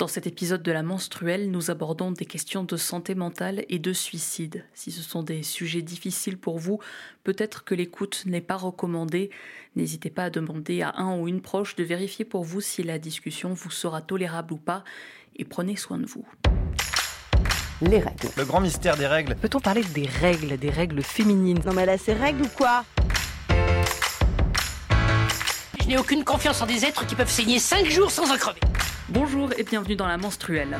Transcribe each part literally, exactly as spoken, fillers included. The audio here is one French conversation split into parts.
Dans cet épisode de La Menstruelle, nous abordons des questions de santé mentale et de suicide. Si ce sont des sujets difficiles pour vous, peut-être que l'écoute n'est pas recommandée. N'hésitez pas à demander à un ou une proche de vérifier pour vous si la discussion vous sera tolérable ou pas. Et prenez soin de vous. Les règles. Le grand mystère des règles. Peut-on parler des règles, des règles féminines? Non mais là, c'est règles ou quoi? Je n'ai aucune confiance en des êtres qui peuvent saigner cinq jours sans en crever. Bonjour et bienvenue dans La Menstruelle.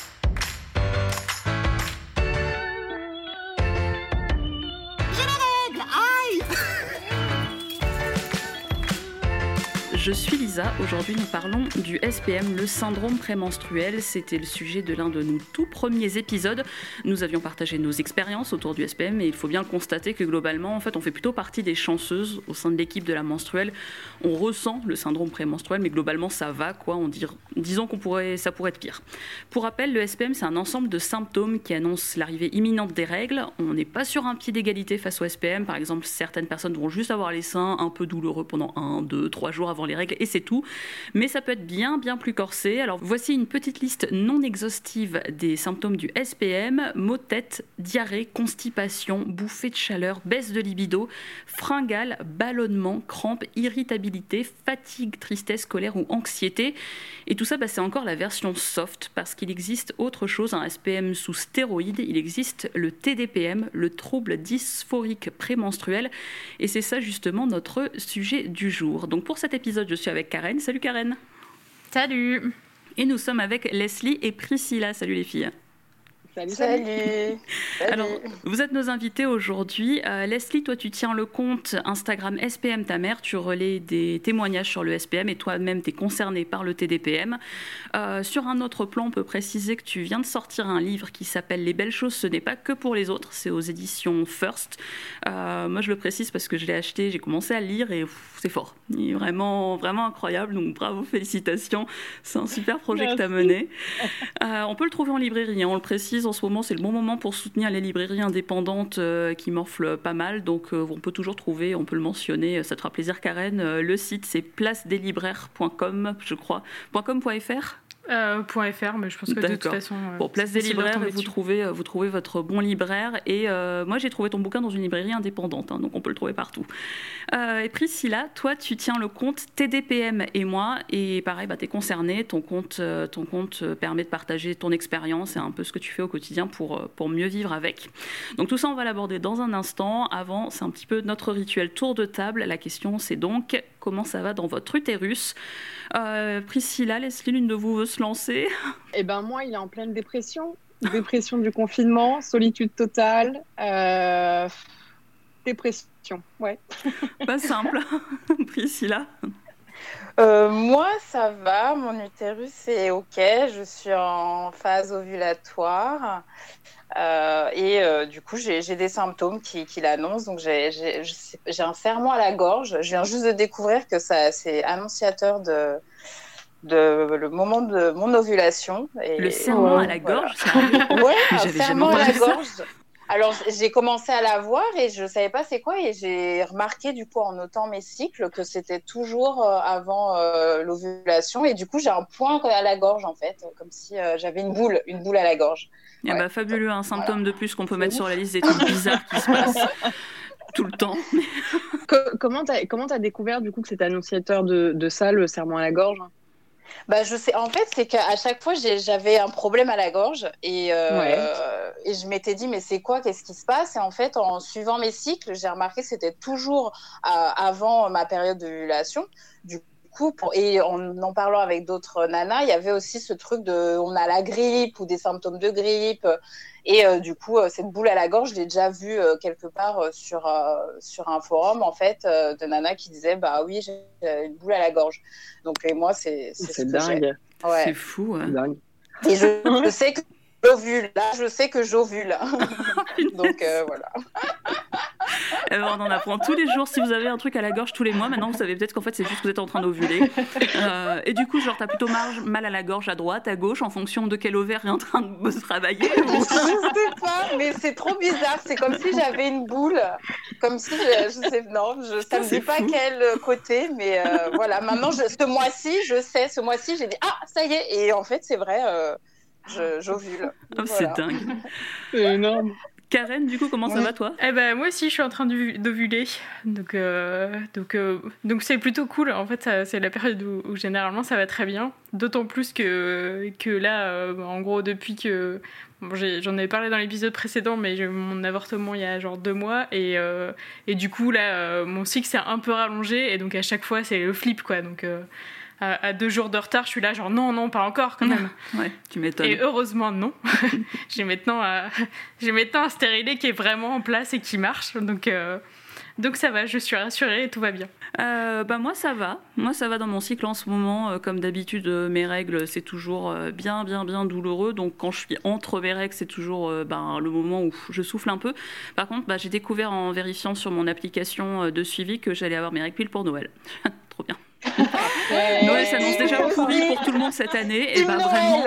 Je suis Lisa, aujourd'hui nous parlons du S P M, le syndrome prémenstruel. C'était le sujet de l'un de nos tout premiers épisodes. Nous avions partagé nos expériences autour du S P M et il faut bien constater que globalement, en fait, on fait plutôt partie des chanceuses au sein de l'équipe de La Menstruelle. On ressent le syndrome prémenstruel, mais globalement ça va, quoi. On dit, disons qu'on pourrait, ça pourrait être pire. Pour rappel, le S P M, c'est un ensemble de symptômes qui annoncent l'arrivée imminente des règles. On n'est pas sur un pied d'égalité face au S P M. Par exemple, certaines personnes vont juste avoir les seins un peu douloureux pendant un, deux, trois jours avant les règles et c'est tout. Mais ça peut être bien, bien plus corsé. Alors voici une petite liste non exhaustive des symptômes du S P M. Maux de tête, diarrhée, constipation, bouffée de chaleur, baisse de libido, fringales, ballonnement, crampes, irritabilité, fatigue, tristesse, colère ou anxiété. Et tout ça, bah, c'est encore la version soft parce qu'il existe autre chose, un S P M sous stéroïdes. Il existe le T D P M, le trouble dysphorique prémenstruel. Et c'est ça justement notre sujet du jour. Donc pour cet épisode, je suis avec Karen. Salut Karen. Salut. Et nous sommes avec Leslie et Priscilla. Salut les filles. Salut, salut. Salut. Alors, vous êtes nos invités aujourd'hui. Euh, Leslie, toi, tu tiens le compte Instagram S P M ta mère. Tu relais des témoignages sur le S P M et toi-même, tu es concernée par le T D P M. Euh, sur un autre plan, on peut préciser que tu viens de sortir un livre qui s'appelle Les belles choses, ce n'est pas que pour les autres. C'est aux éditions First. Euh, moi, je le précise parce que je l'ai acheté, j'ai commencé à le lire et pff, c'est fort. Il est vraiment, vraiment incroyable. Donc, bravo, félicitations. C'est un super projet Merci. Que tu as mené. Euh, on peut le trouver en librairie, hein, on le précise. En ce moment, c'est le bon moment pour soutenir les librairies indépendantes euh, qui morflent pas mal. Donc, euh, on peut toujours trouver, on peut le mentionner. Ça te fera plaisir, Karen. Euh, le site, c'est place des libraires point com, je crois. .com point f r Euh, .fr, mais je pense que D'accord. de toute façon... Euh, bon, place des libraires, vous trouvez, vous trouvez votre bon libraire. Et euh, moi, j'ai trouvé ton bouquin dans une librairie indépendante, hein, donc on peut le trouver partout. Euh, et Priscilla, toi, tu tiens le compte T D P M et moi. Et pareil, bah, tu es concernée. Ton compte, euh, ton compte permet de partager ton expérience et un peu ce que tu fais au quotidien pour, pour mieux vivre avec. Donc tout ça, on va l'aborder dans un instant. Avant, c'est un petit peu notre rituel tour de table. La question, c'est donc comment ça va dans votre utérus. Euh, Priscilla, Leslie, l'une de vous veut se lancer? Eh ben moi, il est en pleine dépression. Dépression du confinement, solitude totale, euh... dépression, ouais. Pas simple. Priscilla? Euh, moi, ça va. Mon utérus est OK. Je suis en phase ovulatoire. Euh, et euh, du coup, j'ai, j'ai des symptômes qui, qui l'annoncent. Donc, j'ai, j'ai, j'ai un serrement à la gorge. Je viens juste de découvrir que ça, c'est annonciateur de, de le moment de mon ovulation. Et, le serment euh, à la gorge, voilà. ça Ouais, un J'avais serment à la ça. gorge. Alors, j'ai commencé à la voir et je ne savais pas c'est quoi. Et j'ai remarqué, du coup, en notant mes cycles, que c'était toujours euh, avant euh, l'ovulation. Et du coup, j'ai un point à la gorge, en fait, comme si euh, j'avais une boule, une boule à la gorge. Eh ouais. bah, fabuleux, un symptôme voilà. de plus qu'on peut mettre sur la liste des trucs bizarres qui se passent tout le temps. Comment tu as comment t'as découvert, du coup, que c'était annonciateur de, de ça, le serment à la gorge? Bah, je sais. En fait, c'est qu'à chaque fois, j'ai, j'avais un problème à la gorge et, euh, ouais. et je m'étais dit, mais c'est quoi? Qu'est-ce qui se passe? Et en fait, en suivant mes cycles, j'ai remarqué que c'était toujours euh, avant ma période d'ovulation. Du coup, pour, et en en parlant avec d'autres nanas, il y avait aussi ce truc de, on a la grippe ou des symptômes de grippe. Et euh, du coup, euh, cette boule à la gorge, je l'ai déjà vue euh, quelque part euh, sur, euh, sur un forum, en fait, euh, de nanas qui disaient, bah oui, j'ai une boule à la gorge. Donc, et moi, c'est c'est, c'est ce dingue. Ouais. C'est fou. Hein. C'est dingue. Et je, je sais que j'ovule. Là, je sais que j'ovule. Donc, euh, voilà. Alors, on en apprend tous les jours. Si vous avez un truc à la gorge tous les mois, maintenant vous savez peut-être qu'en fait c'est juste que vous êtes en train d'ovuler. Euh, et du coup, genre t'as plutôt marge, mal à la gorge à droite, à gauche, en fonction de quel ovaire est en train de se travailler. Je sais pas, mais c'est trop bizarre. C'est comme si j'avais une boule, comme si je, je sais non, je ça me dit pas fou. Quel côté, mais euh, voilà. Maintenant, je, ce mois-ci, je sais. Ce mois-ci, j'ai dit ah ça y est. Et en fait, c'est vrai, euh, je, j'ovule. Oh, voilà. C'est dingue. C'est énorme. Karen, du coup, comment ça oui. va toi ? Eh ben moi aussi, je suis en train d'ovuler, donc euh, donc euh, donc c'est plutôt cool. En fait, ça, c'est la période où, où généralement ça va très bien. D'autant plus que que là, euh, en gros, depuis que bon, j'ai, j'en avais parlé dans l'épisode précédent, mais j'ai eu mon avortement il y a genre deux mois et euh, et du coup là, euh, mon cycle s'est un peu rallongé et donc à chaque fois c'est le flip quoi. Donc euh, à deux jours de retard, je suis là genre non, non, pas encore quand même. Ouais, tu m'étonnes. Et heureusement, non. j'ai, maintenant, euh, j'ai maintenant un stérilet qui est vraiment en place et qui marche. Donc, euh, donc ça va, je suis rassurée et tout va bien. Euh, bah moi, ça va. Moi, ça va dans mon cycle en ce moment. Euh, comme d'habitude, euh, mes règles, c'est toujours euh, bien, bien, bien douloureux. Donc, quand je suis entre mes règles, c'est toujours euh, bah, le moment où je souffle un peu. Par contre, bah, j'ai découvert en vérifiant sur mon application de suivi que j'allais avoir mes règles pile pour Noël. Trop bien. Ouais. Noël s'annonce déjà pourri pour tout le monde cette année et bah vraiment.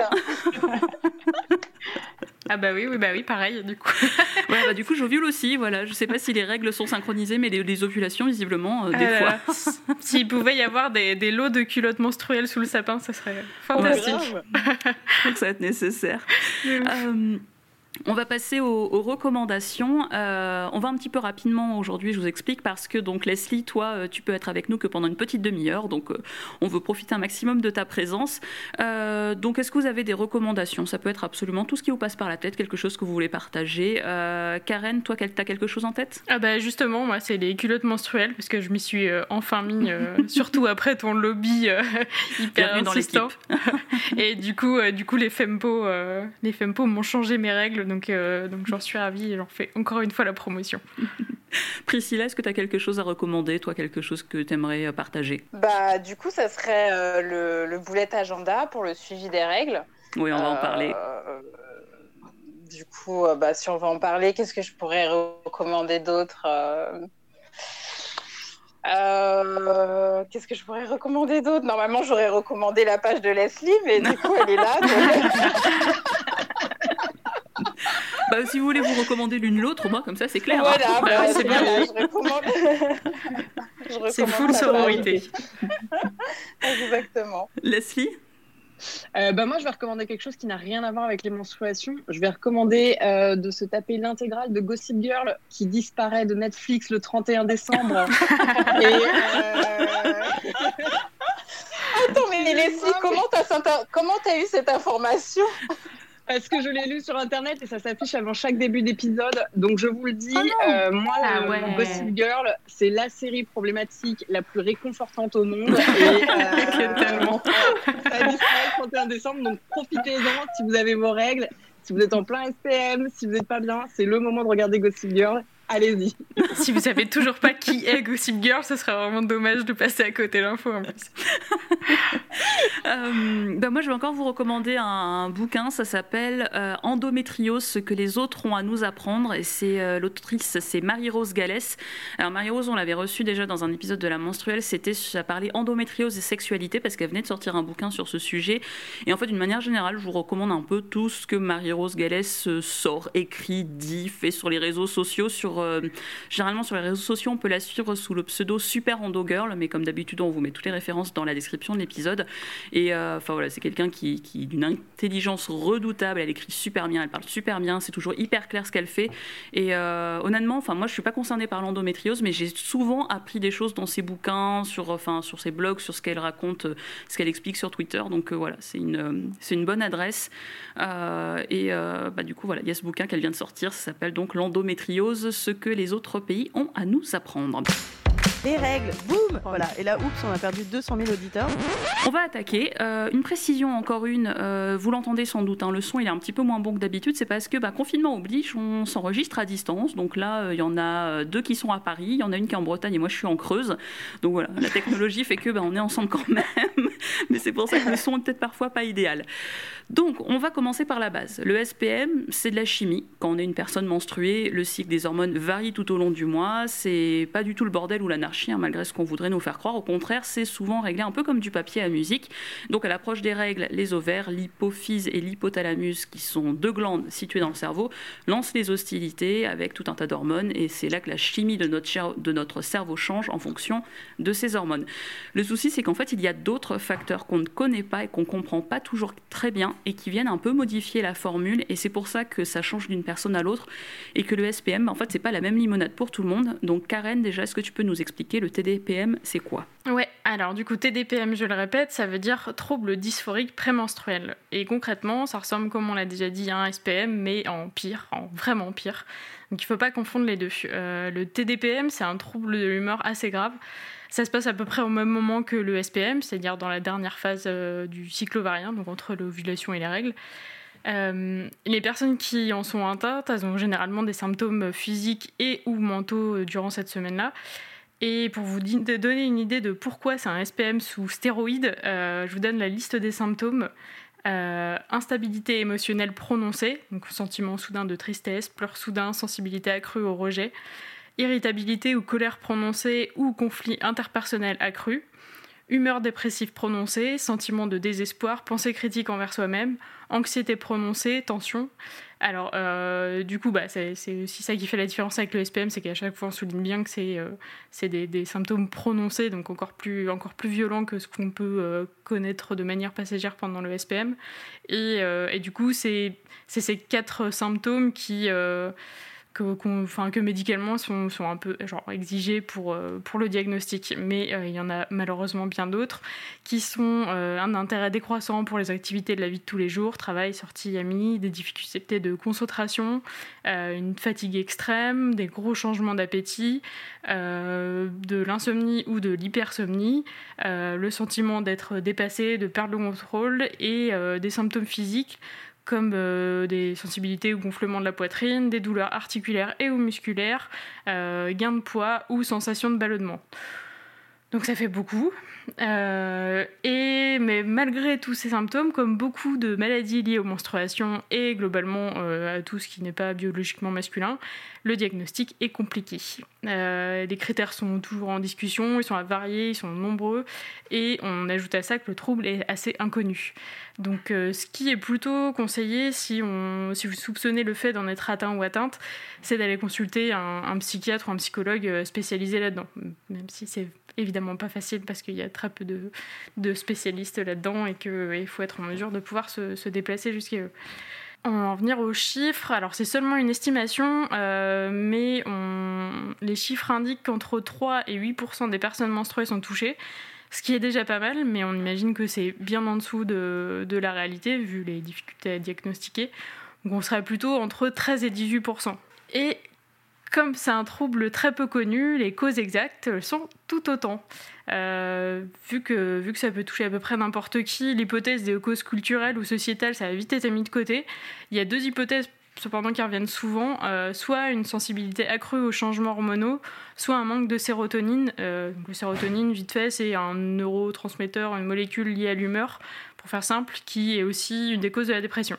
Ah bah oui, oui, bah oui, pareil du coup. Ouais, bah du coup j'ovule aussi, voilà. Je sais pas si les règles sont synchronisées, mais les, les ovulations visiblement euh, des euh, fois. S'il pouvait y avoir des, des lots de culottes menstruelles sous le sapin, ça serait fantastique. Ouais, je trouve que ça va être nécessaire. euh, On va passer aux, aux recommandations. Euh, on va un petit peu rapidement aujourd'hui, je vous explique, parce que donc Leslie, toi, tu peux être avec nous que pendant une petite demi-heure, donc euh, on veut profiter un maximum de ta présence. Euh, donc, est-ce que vous avez des recommandations ? Ça peut être absolument tout ce qui vous passe par la tête, quelque chose que vous voulez partager. Euh, Karen, toi, t'as quelque chose en tête ? Ah bah justement, moi, c'est les culottes menstruelles, parce que je m'y suis euh, enfin mis, euh, surtout après ton lobby euh, hyper Bienvenue insistant. Dans l'équipe. Et du coup, euh, du coup, les fempo, euh, les fempo m'ont changé mes règles. Donc, euh, donc j'en suis ravie et j'en fais encore une fois la promotion. Priscilla, est-ce que tu as quelque chose à recommander, toi, quelque chose que tu aimerais partager ? Bah, du coup, ça serait euh, le, le bullet agenda pour le suivi des règles. Oui, on va euh, en parler. Euh, du coup, euh, bah, si on va en parler, qu'est-ce que je pourrais recommander d'autre euh... Euh, qu'est-ce que je pourrais recommander d'autre ? Normalement, j'aurais recommandé la page de Leslie, mais du coup, elle est là. Donc... Bah, si vous voulez vous recommander l'une l'autre, moi, comme ça, c'est clair. Voilà, hein. bah, Ah, c'est bien. Voilà, je recommande... je recommande C'est full sororité. Exactement. Leslie ? Euh, bah moi, je vais recommander quelque chose qui n'a rien à voir avec les menstruations. Je vais recommander euh, de se taper l'intégrale de Gossip Girl qui disparaît de Netflix le trente et un décembre. et, euh... Attends, mais Leslie, comment t'as, comment t'as eu cette information ? Parce que je l'ai lu sur Internet et ça s'affiche avant chaque début d'épisode. Donc, je vous le dis, oh euh, moi, ah euh, ouais. Gossip Girl, c'est la série problématique la plus réconfortante au monde. Et euh, tellement. ça disparaît le trente et un décembre, donc profitez-en si vous avez vos règles. Si vous êtes en plein S P M, si vous n'êtes pas bien, c'est le moment de regarder Gossip Girl. Allez-y. Si vous savez toujours pas qui est Gossip Girl, ce serait vraiment dommage de passer à côté l'info en plus. euh, bah moi, je vais encore vous recommander un, un bouquin. Ça s'appelle euh, Endométriose, ce que les autres ont à nous apprendre. Et c'est euh, l'autrice, c'est Marie-Rose Gallès. Alors Marie-Rose, on l'avait reçue déjà dans un épisode de La Menstruelle. C'était ça parlait endométriose et sexualité parce qu'elle venait de sortir un bouquin sur ce sujet. Et en fait, d'une manière générale, je vous recommande un peu tout ce que Marie-Rose Gallès sort, écrit, dit, fait sur les réseaux sociaux, sur Euh, généralement sur les réseaux sociaux on peut la suivre sous le pseudo Super Endo Girl, mais comme d'habitude on vous met toutes les références dans la description de l'épisode. Et euh, enfin voilà, c'est quelqu'un qui, qui d'une intelligence redoutable, elle écrit super bien, elle parle super bien, c'est toujours hyper clair ce qu'elle fait. Et euh, honnêtement, enfin moi je suis pas concernée par l'endométriose, mais j'ai souvent appris des choses dans ses bouquins, sur enfin sur ses blogs, sur ce qu'elle raconte, ce qu'elle explique sur Twitter. Donc euh, voilà, c'est une c'est une bonne adresse. Euh, et euh, bah du coup voilà, il y a ce bouquin qu'elle vient de sortir, ça s'appelle donc l'endométriose, ce que les autres pays ont à nous apprendre. Les règles, boum, voilà. Et là, oups, on a perdu deux cent mille auditeurs. On va attaquer. Euh, une précision, encore une. Euh, vous l'entendez sans doute, hein, le son il est un petit peu moins bon que d'habitude. C'est parce que bah, confinement oblige, on s'enregistre à distance. Donc là, il euh, y en a deux qui sont à Paris, il y en a une qui est en Bretagne et moi je suis en Creuse. Donc voilà, la technologie fait que bah, on est ensemble quand même. mais c'est pour ça que le son est peut-être parfois pas idéal. Donc, on va commencer par la base. Le S P M, c'est de la chimie. Quand on est une personne menstruée, le cycle des hormones varie tout au long du mois. C'est pas du tout le bordel ou l'anarchie, hein, malgré ce qu'on voudrait nous faire croire. Au contraire, c'est souvent réglé un peu comme du papier à musique. Donc, à l'approche des règles, les ovaires, l'hypophyse et l'hypothalamus, qui sont deux glandes situées dans le cerveau, lancent les hostilités avec tout un tas d'hormones. Et c'est là que la chimie de notre, cher- de notre cerveau change en fonction de ces hormones. Le souci, c'est qu'en fait, il y a d'autres facteurs qu'on ne connaît pas et qu'on ne comprend pas toujours très bien et qui viennent un peu modifier la formule, et c'est pour ça que ça change d'une personne à l'autre et que le S P M, en fait, c'est pas la même limonade pour tout le monde. Donc Karen, déjà, est-ce que tu peux nous expliquer le T D P M, c'est quoi ? Ouais, alors du coup T D P M, je le répète, ça veut dire trouble dysphorique prémenstruel. Et concrètement, ça ressemble, comme on l'a déjà dit, à un S P M, mais en pire, en vraiment pire. Donc il ne faut pas confondre les deux. Euh, le T D P M, c'est un trouble de l'humeur assez grave. Ça se passe à peu près au même moment que le S P M, c'est-à-dire dans la dernière phase euh, du cycle ovarien, donc entre l'ovulation et les règles. Euh, les personnes qui en sont atteintes, elles ont généralement des symptômes physiques et ou mentaux durant cette semaine-là. Et pour vous di- donner une idée de pourquoi c'est un S P M sous stéroïdes, euh, je vous donne la liste des symptômes. Euh, instabilité émotionnelle prononcée, donc sentiment soudain de tristesse, pleurs soudains, sensibilité accrue au rejet, irritabilité ou colère prononcée ou conflit interpersonnel accru, humeur dépressive prononcée, sentiment de désespoir, pensée critique envers soi-même, anxiété prononcée, tension. Alors, euh, du coup, bah, c'est, c'est aussi ça qui fait la différence avec le S P M, c'est qu'à chaque fois on souligne bien que c'est, euh, c'est des, des symptômes prononcés, donc encore plus, encore plus violents que ce qu'on peut euh, connaître de manière passagère pendant le S P M. Et, euh, et du coup, c'est, c'est ces quatre symptômes qui... Euh, Que, qu'on, enfin, que médicalement sont, sont un peu genre, exigés pour, euh, pour le diagnostic. Mais euh, il y en a malheureusement bien d'autres qui sont euh, un intérêt décroissant pour les activités de la vie de tous les jours, travail, sortie, amis, des difficultés de concentration, euh, une fatigue extrême, des gros changements d'appétit, euh, de l'insomnie ou de l'hypersomnie, euh, le sentiment d'être dépassé, de perdre le contrôle et euh, des symptômes physiques comme euh, des sensibilités ou gonflements de la poitrine, des douleurs articulaires et ou musculaires, euh, gain de poids ou sensation de ballonnement. Donc ça fait beaucoup. Euh, et, mais malgré tous ces symptômes, comme beaucoup de maladies liées aux menstruations et globalement euh, à tout ce qui n'est pas biologiquement masculin, le diagnostic est compliqué. Euh, les critères sont toujours en discussion, ils sont à varier, ils sont nombreux, et on ajoute à ça que le trouble est assez inconnu. Donc euh, ce qui est plutôt conseillé si, on, si vous soupçonnez le fait d'en être atteint ou atteinte, c'est d'aller consulter un, un psychiatre ou un psychologue spécialisé là-dedans, même si c'est évidemment pas facile parce qu'il y a très peu de, de spécialistes là-dedans et qu'il faut être en mesure de pouvoir se, se déplacer jusqu'à eux. On va en venir aux chiffres. Alors c'est seulement une estimation, euh, mais on... les chiffres indiquent qu'entre trois et huit pour cent des personnes menstruées sont touchées, ce qui est déjà pas mal, mais on imagine que c'est bien en dessous de, de la réalité, vu les difficultés à diagnostiquer. Donc on serait plutôt entre treize et dix-huit pour cent. Et comme c'est un trouble très peu connu, les causes exactes sont tout autant. Euh, vu, que, vu que ça peut toucher à peu près n'importe qui, l'hypothèse des causes culturelles ou sociétales, ça a vite été mis de côté. Il y a deux hypothèses cependant qui reviennent souvent, euh, soit une sensibilité accrue aux changements hormonaux, soit un manque de sérotonine. Euh, donc, le sérotonine, vite fait, c'est un neurotransmetteur, une molécule liée à l'humeur, pour faire simple, qui est aussi une des causes de la dépression.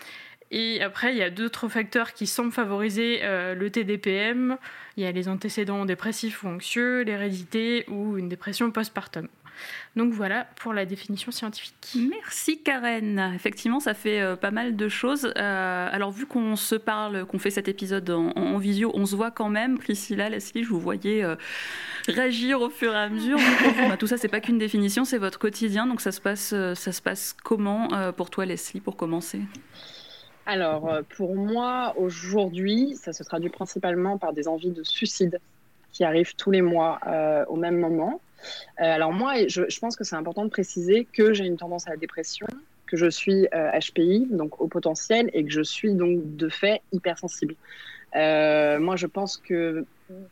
Et après, il y a d'autres facteurs qui semblent favoriser euh, le T D P M. Il y a les antécédents dépressifs ou anxieux, l'hérédité ou une dépression postpartum. Donc voilà pour la définition scientifique. Merci Karen. Effectivement, ça fait euh, pas mal de choses. Euh, alors vu qu'on se parle, qu'on fait cet épisode en, en visio, on se voit quand même. Priscilla, Leslie, je vous voyais euh, réagir au fur et à mesure. Donc, bah, tout ça, c'est pas qu'une définition, c'est votre quotidien. Donc ça se passe, euh, ça se passe comment euh, pour toi, Leslie, pour commencer ? Alors, pour moi, aujourd'hui, ça se traduit principalement par des envies de suicide qui arrivent tous les mois euh, au même moment. Euh, alors moi, je, je pense que c'est important de préciser que j'ai une tendance à la dépression, que je suis euh, H P I, donc au potentiel, et que je suis donc de fait hypersensible. Euh, moi, je pense que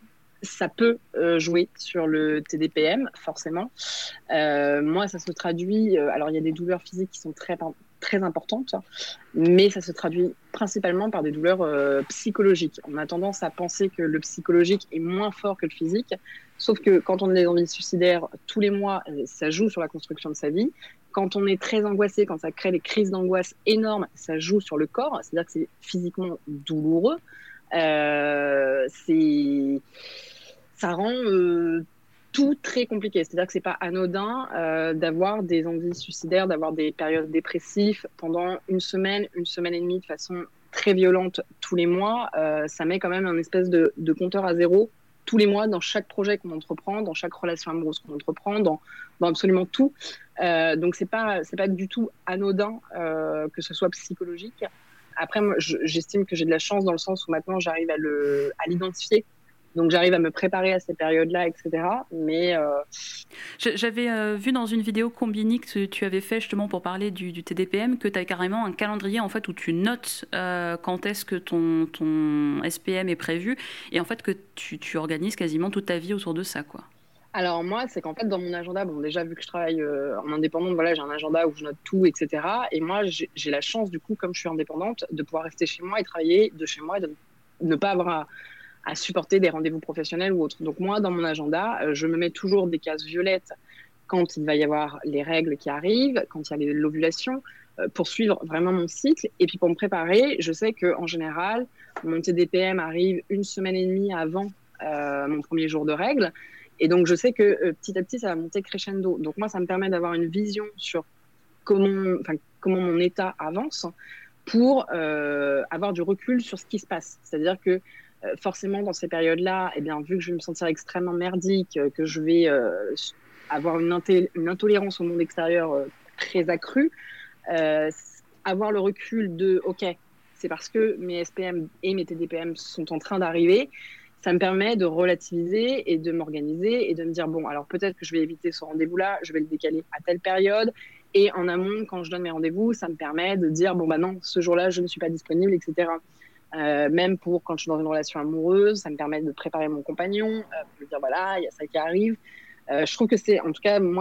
ça peut euh, jouer sur le T D P M, forcément. Euh, moi, ça se traduit... Euh, alors, il y a des douleurs physiques qui sont très, très importantes, mais ça se traduit principalement par des douleurs euh, psychologiques. On a tendance à penser que le psychologique est moins fort que le physique, sauf que quand on a des envies suicidaires tous les mois, ça joue sur la construction de sa vie. Quand on est très angoissé, quand ça crée des crises d'angoisse énormes, ça joue sur le corps, c'est-à-dire que c'est physiquement douloureux. Euh, c'est... Ça rend euh, tout très compliqué. C'est-à-dire que c'est pas anodin euh, d'avoir des envies suicidaires, d'avoir des périodes dépressives pendant une semaine, une semaine et demie de façon très violente tous les mois. Euh, ça met quand même un espèce de, de compteur à zéro tous les mois dans chaque projet qu'on entreprend, dans chaque relation amoureuse qu'on entreprend, dans, dans absolument tout. Euh, donc c'est pas c'est pas du tout anodin euh, que ce soit psychologique. Après, moi, je, j'estime que j'ai de la chance dans le sens où maintenant j'arrive à le à l'identifier. Donc j'arrive à me préparer à ces périodes-là, et cetera. Mais euh... j'avais euh, vu dans une vidéo Combini que tu avais fait justement pour parler du, du T D P M que tu as carrément un calendrier en fait où tu notes euh, quand est-ce que ton, ton S P M est prévu et en fait que tu, tu organises quasiment toute ta vie autour de ça, quoi. Alors moi, c'est qu'en fait dans mon agenda, bon déjà vu que je travaille euh, en indépendante, voilà, j'ai un agenda où je note tout, et cetera. Et moi, j'ai, j'ai la chance du coup, comme je suis indépendante, de pouvoir rester chez moi et travailler de chez moi et de ne pas avoir à à supporter des rendez-vous professionnels ou autres. Donc moi, dans mon agenda, euh, je me mets toujours des cases violettes quand il va y avoir les règles qui arrivent, quand il y a les, l'ovulation, euh, pour suivre vraiment mon cycle. Et puis pour me préparer, je sais qu'en général, mon T D P M arrive une semaine et demie avant euh, mon premier jour de règles. Et donc je sais que euh, petit à petit, ça va monter crescendo. Donc moi, ça me permet d'avoir une vision sur comment, enfin, comment mon état avance pour euh, avoir du recul sur ce qui se passe. C'est-à-dire que Euh, forcément, dans ces périodes-là, eh bien, vu que je vais me sentir extrêmement merdique, euh, que je vais euh, avoir une, inté- une intolérance au monde extérieur euh, très accrue, euh, avoir le recul de « ok, c'est parce que mes S P M et mes T D P M sont en train d'arriver », ça me permet de relativiser et de m'organiser et de me dire « bon, alors peut-être que je vais éviter ce rendez-vous-là, je vais le décaler à telle période ». Et en amont, quand je donne mes rendez-vous, ça me permet de dire « bon, bah non, ce jour-là, je ne suis pas disponible, et cetera » Euh, même pour quand je suis dans une relation amoureuse, ça me permet de préparer mon compagnon, euh, de dire voilà, il y a ça qui arrive. Euh, je trouve que c'est, en tout cas, moi,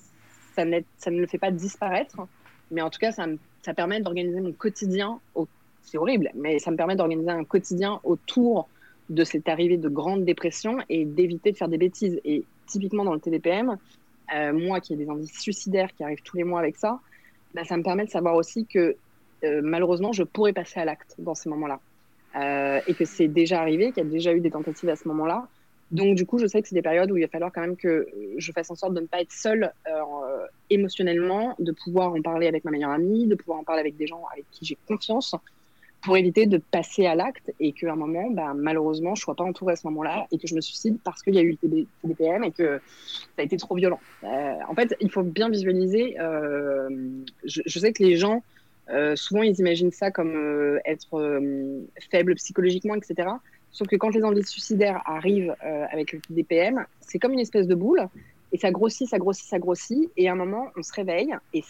ça, ça ne le fait pas disparaître, mais en tout cas, ça, me, ça permet d'organiser mon quotidien. Au, c'est horrible, mais ça me permet d'organiser un quotidien autour de cette arrivée de grande dépression et d'éviter de faire des bêtises. Et typiquement dans le T D P M, euh, moi qui ai des envies suicidaires qui arrivent tous les mois avec ça, bah, ça me permet de savoir aussi que euh, malheureusement, je pourrais passer à l'acte dans ces moments-là. Euh, et que c'est déjà arrivé, qu'il y a déjà eu des tentatives à ce moment-là. Donc, du coup, je sais que c'est des périodes où il va falloir quand même que je fasse en sorte de ne pas être seule euh, émotionnellement, de pouvoir en parler avec ma meilleure amie, de pouvoir en parler avec des gens avec qui j'ai confiance pour éviter de passer à l'acte et qu'à un moment, bah, malheureusement, je ne sois pas entourée à ce moment-là et que je me suicide parce qu'il y a eu le T D P M et que ça a été trop violent. Euh, en fait, il faut bien visualiser. Euh, je, je sais que les gens Euh, souvent, ils imaginent ça comme euh, être euh, faible psychologiquement, et cetera. Sauf que quand les envies suicidaires arrivent euh, avec le T D P M, c'est comme une espèce de boule, et ça grossit, ça grossit, ça grossit, et à un moment, on se réveille, et,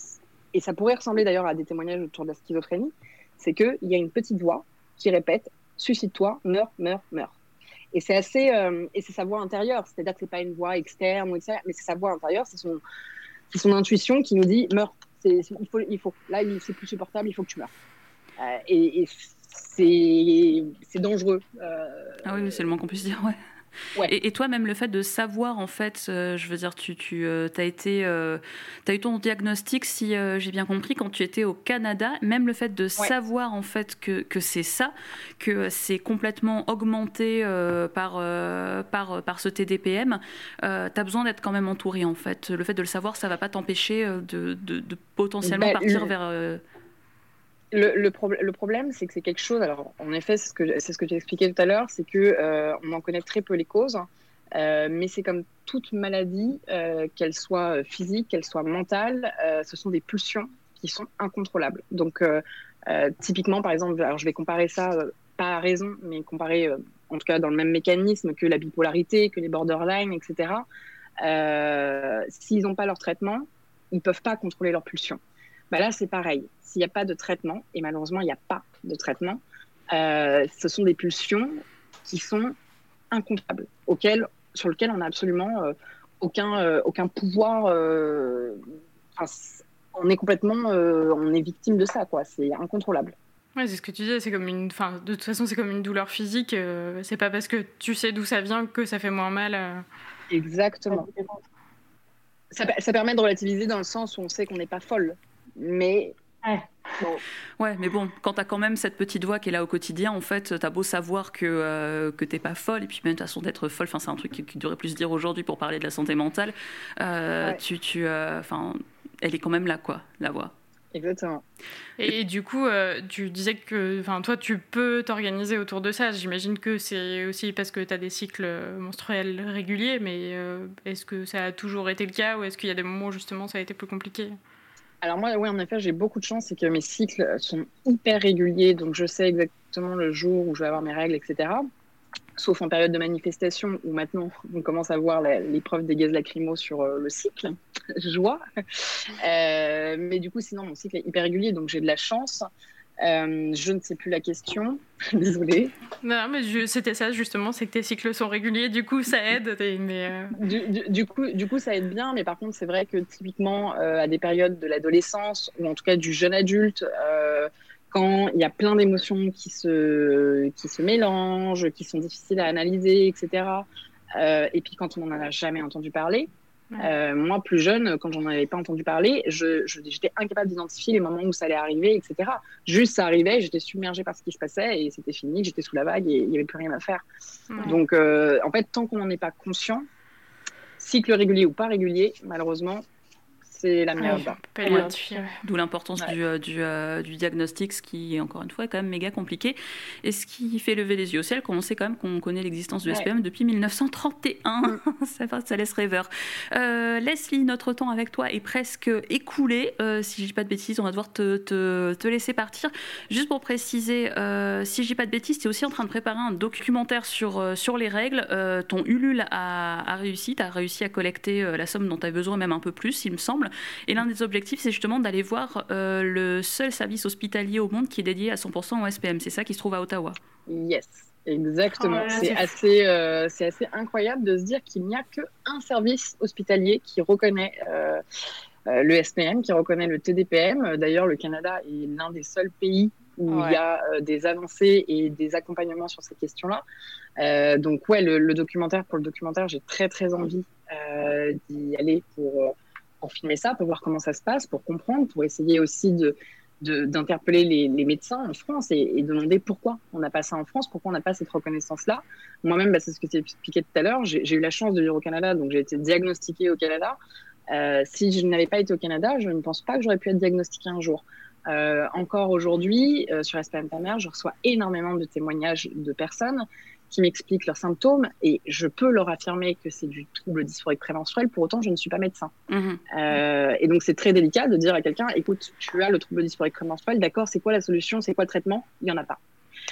et ça pourrait ressembler d'ailleurs à des témoignages autour de la schizophrénie, c'est qu'il y a une petite voix qui répète « suicide-toi, meurs, meurs, meurs ». Et c'est assez, euh, et c'est sa voix intérieure, c'est-à-dire que c'est pas une voix externe, et cetera, mais c'est sa voix intérieure, c'est son, c'est son intuition qui nous dit « meurs ». C'est, c'est, il, faut, il faut. Là, il, c'est plus supportable, il faut que tu meurs. Euh, et, et c'est, c'est dangereux. Euh... Ah oui, c'est le moins qu'on puisse dire, ouais. Ouais. Et, et toi, même le fait de savoir, en fait, euh, je veux dire, tu, tu euh, as été, euh, t'as eu ton diagnostic, si euh, j'ai bien compris, quand tu étais au Canada, même le fait de ouais. savoir, en fait, que, que c'est ça, que c'est complètement augmenté euh, par, euh, par, par ce T D P M, euh, tu as besoin d'être quand même entouré, en fait. Le fait de le savoir, ça ne va pas t'empêcher de, de, de potentiellement bah, partir le... vers... Euh... Le, le, pro- le problème, c'est que c'est quelque chose. Alors, en effet, c'est ce que, c'est ce que tu expliquais tout à l'heure, c'est que euh, on en connaît très peu les causes, euh, mais c'est comme toute maladie, euh, qu'elle soit physique, qu'elle soit mentale, euh, ce sont des pulsions qui sont incontrôlables. Donc, euh, euh, typiquement, par exemple, alors je vais comparer ça, euh, pas à raison, mais comparer, euh, en tout cas, dans le même mécanisme que la bipolarité, que les borderline, et cetera. Euh, s'ils n'ont pas leur traitement, ils ne peuvent pas contrôler leurs pulsions. Bah là, c'est pareil. S'il n'y a pas de traitement, et malheureusement, il n'y a pas de traitement, euh, ce sont des pulsions qui sont incontrôlables, auxquelles, sur lesquelles on n'a absolument euh, aucun, euh, aucun pouvoir, euh, on est complètement, euh, on est victime de ça, quoi. C'est incontrôlable. Ouais, c'est ce que tu disais, c'est comme une, enfin, de toute façon, c'est comme une douleur physique. Euh, c'est pas parce que tu sais d'où ça vient que ça fait moins mal. Euh... Exactement. Ça, ça permet de relativiser dans le sens où on sait qu'on n'est pas folle, mais ouais. Bon. Ouais, mais bon, quand t'as quand même cette petite voix qui est là au quotidien, en fait, t'as beau savoir que euh, que t'es pas folle, et puis même de toute façon d'être folle, enfin, c'est un truc qui, qui devrait plus se dire aujourd'hui pour parler de la santé mentale. Euh, ouais. Tu, tu, enfin, euh, elle est quand même là, quoi, la voix. Exactement. Et, et du coup, euh, tu disais que toi, tu peux t'organiser autour de ça. J'imagine que c'est aussi parce que tu as des cycles menstruels réguliers, mais euh, est-ce que ça a toujours été le cas ou est-ce qu'il y a des moments où justement ça a été plus compliqué ? Alors moi, oui, en effet, j'ai beaucoup de chance, c'est que mes cycles sont hyper réguliers, donc je sais exactement le jour où je vais avoir mes règles, et cetera. Sauf en période de manifestation où maintenant on commence à voir la, l'épreuve des gaz lacrymaux sur euh, le cycle, joie. Euh, mais du coup, sinon, mon cycle est hyper régulier, donc j'ai de la chance. Euh, je ne sais plus la question, désolée. Non, mais je, c'était ça justement, c'est que tes cycles sont réguliers, du coup ça aide. Mais euh... du, du, du, coup, du coup, ça aide bien, mais par contre, c'est vrai que typiquement euh, à des périodes de l'adolescence ou en tout cas du jeune adulte, euh, quand il y a plein d'émotions qui se, qui se mélangent, qui sont difficiles à analyser, et cetera. Euh, et puis quand on n'en a jamais entendu parler, ouais. euh, moi plus jeune, quand j'en avais pas entendu parler, je, je, j'étais incapable d'identifier les moments où ça allait arriver, et cetera. Juste ça arrivait, j'étais submergée par ce qui se passait et c'était fini, j'étais sous la vague et il n'y avait plus rien à faire. Ouais. Donc euh, en fait, tant qu'on n'en est pas conscient, cycle régulier ou pas régulier, malheureusement, c'est la merde. Ouais, ouais. D'où l'importance ouais. du, euh, du, euh, du diagnostic, ce qui, encore une fois, est quand même méga compliqué. Et ce qui fait lever les yeux au ciel, quand on sait quand même qu'on connaît l'existence du ouais. S P M depuis dix-neuf cent trente et un. Mm. ça, ça laisse rêveur. Euh, Leslie, notre temps avec toi est presque écoulé. Euh, si je dis pas de bêtises, on va devoir te, te, te laisser partir. Juste pour préciser, euh, si je dis pas de bêtises, tu es aussi en train de préparer un documentaire sur, euh, sur les règles. Euh, ton Ulule a, a réussi. Tu as réussi à collecter euh, la somme dont tu as besoin, même un peu plus, il me semble. Et l'un des objectifs, c'est justement d'aller voir euh, le seul service hospitalier au monde qui est dédié à cent pour cent au S P M. C'est ça qui se trouve à Ottawa. Yes, exactement. Oh, c'est, c'est, assez, euh, c'est assez incroyable de se dire qu'il n'y a qu'un service hospitalier qui reconnaît euh, euh, le S P M, qui reconnaît le T D P M. D'ailleurs, le Canada est l'un des seuls pays où ouais. il y a euh, des avancées et des accompagnements sur ces questions-là. Euh, donc, ouais, le, le documentaire, pour le documentaire, j'ai très, très envie euh, d'y aller pour... Euh, pour filmer ça, pour voir comment ça se passe, pour comprendre, pour essayer aussi de, de, d'interpeller les, les médecins en France et, et demander pourquoi on n'a pas ça en France, pourquoi on n'a pas cette reconnaissance-là. Moi-même, bah, c'est ce que tu expliqué tout à l'heure, j'ai, j'ai eu la chance de vivre au Canada, donc j'ai été diagnostiquée au Canada. Euh, si je n'avais pas été au Canada, je ne pense pas que j'aurais pu être diagnostiquée un jour. Euh, encore aujourd'hui, euh, sur S P M Ta Mère, je reçois énormément de témoignages de personnes qui m'expliquent leurs symptômes et je peux leur affirmer que c'est du trouble dysphorique prémenstruel, pour autant je ne suis pas médecin. Mmh. Euh, et donc c'est très délicat de dire à quelqu'un, écoute, tu as le trouble dysphorique prémenstruel, d'accord, c'est quoi la solution, c'est quoi le traitement ? Il n'y en a pas.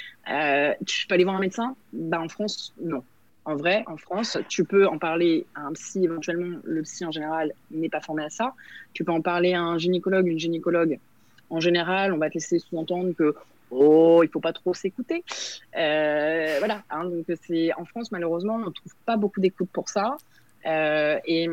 Euh, tu peux aller voir un médecin ? Ben, en France, non. En vrai, en France, tu peux en parler à un psy, éventuellement, le psy en général n'est pas formé à ça. Tu peux en parler à un gynécologue, une gynécologue. En général, on va te laisser sous-entendre que oh, il faut pas trop s'écouter. Euh, voilà. Hein, donc c'est en France, malheureusement, on trouve pas beaucoup d'écoute pour ça. Euh, et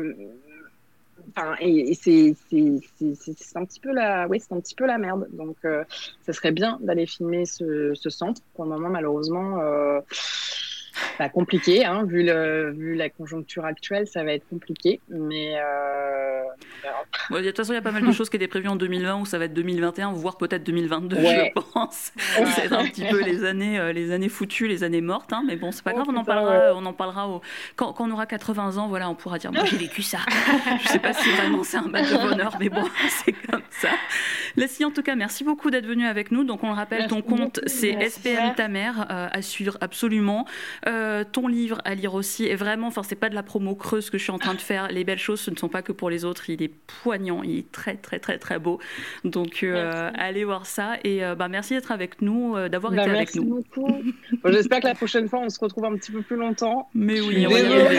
enfin, et, et c'est, c'est, c'est, c'est, c'est un petit peu la, oui, c'est un petit peu la merde. Donc, euh, ça serait bien d'aller filmer ce, ce centre. Pour le moment, malheureusement, euh, bah, compliqué, hein, vu le, vu la conjoncture actuelle, ça va être compliqué. Mais euh, bon, de toute façon, il y a pas mal de choses qui étaient prévues en deux mille vingt ou ça va être deux mille vingt et un, voire peut-être deux mille vingt-deux, ouais. je pense. Ouais. C'est un petit peu les années, euh, les années foutues, les années mortes. Hein, mais bon, c'est pas oh, grave, on en parlera. Ouais. On en parlera au... quand, quand on aura quatre-vingts ans. Voilà, on pourra dire, moi j'ai vécu ça. Je sais pas si vraiment c'est un badge de bonheur, mais bon, c'est comme ça. Leslie, en tout cas, merci beaucoup d'être venue avec nous. Donc, on le rappelle, merci ton compte, beaucoup. C'est merci. S P M Ta Mère, euh, à suivre absolument. Euh, ton livre à lire aussi. Et vraiment, enfin, c'est pas de la promo creuse que je suis en train de faire. Les belles choses, ce ne sont pas que pour les autres. Il est poignant, il est très, très, très, très beau. Donc, euh, allez voir ça. Et euh, bah, merci d'être avec nous, euh, d'avoir bah, été avec nous. Merci beaucoup. Bon, j'espère que la prochaine fois, on se retrouve un petit peu plus longtemps. Mais oui, on va y arriver.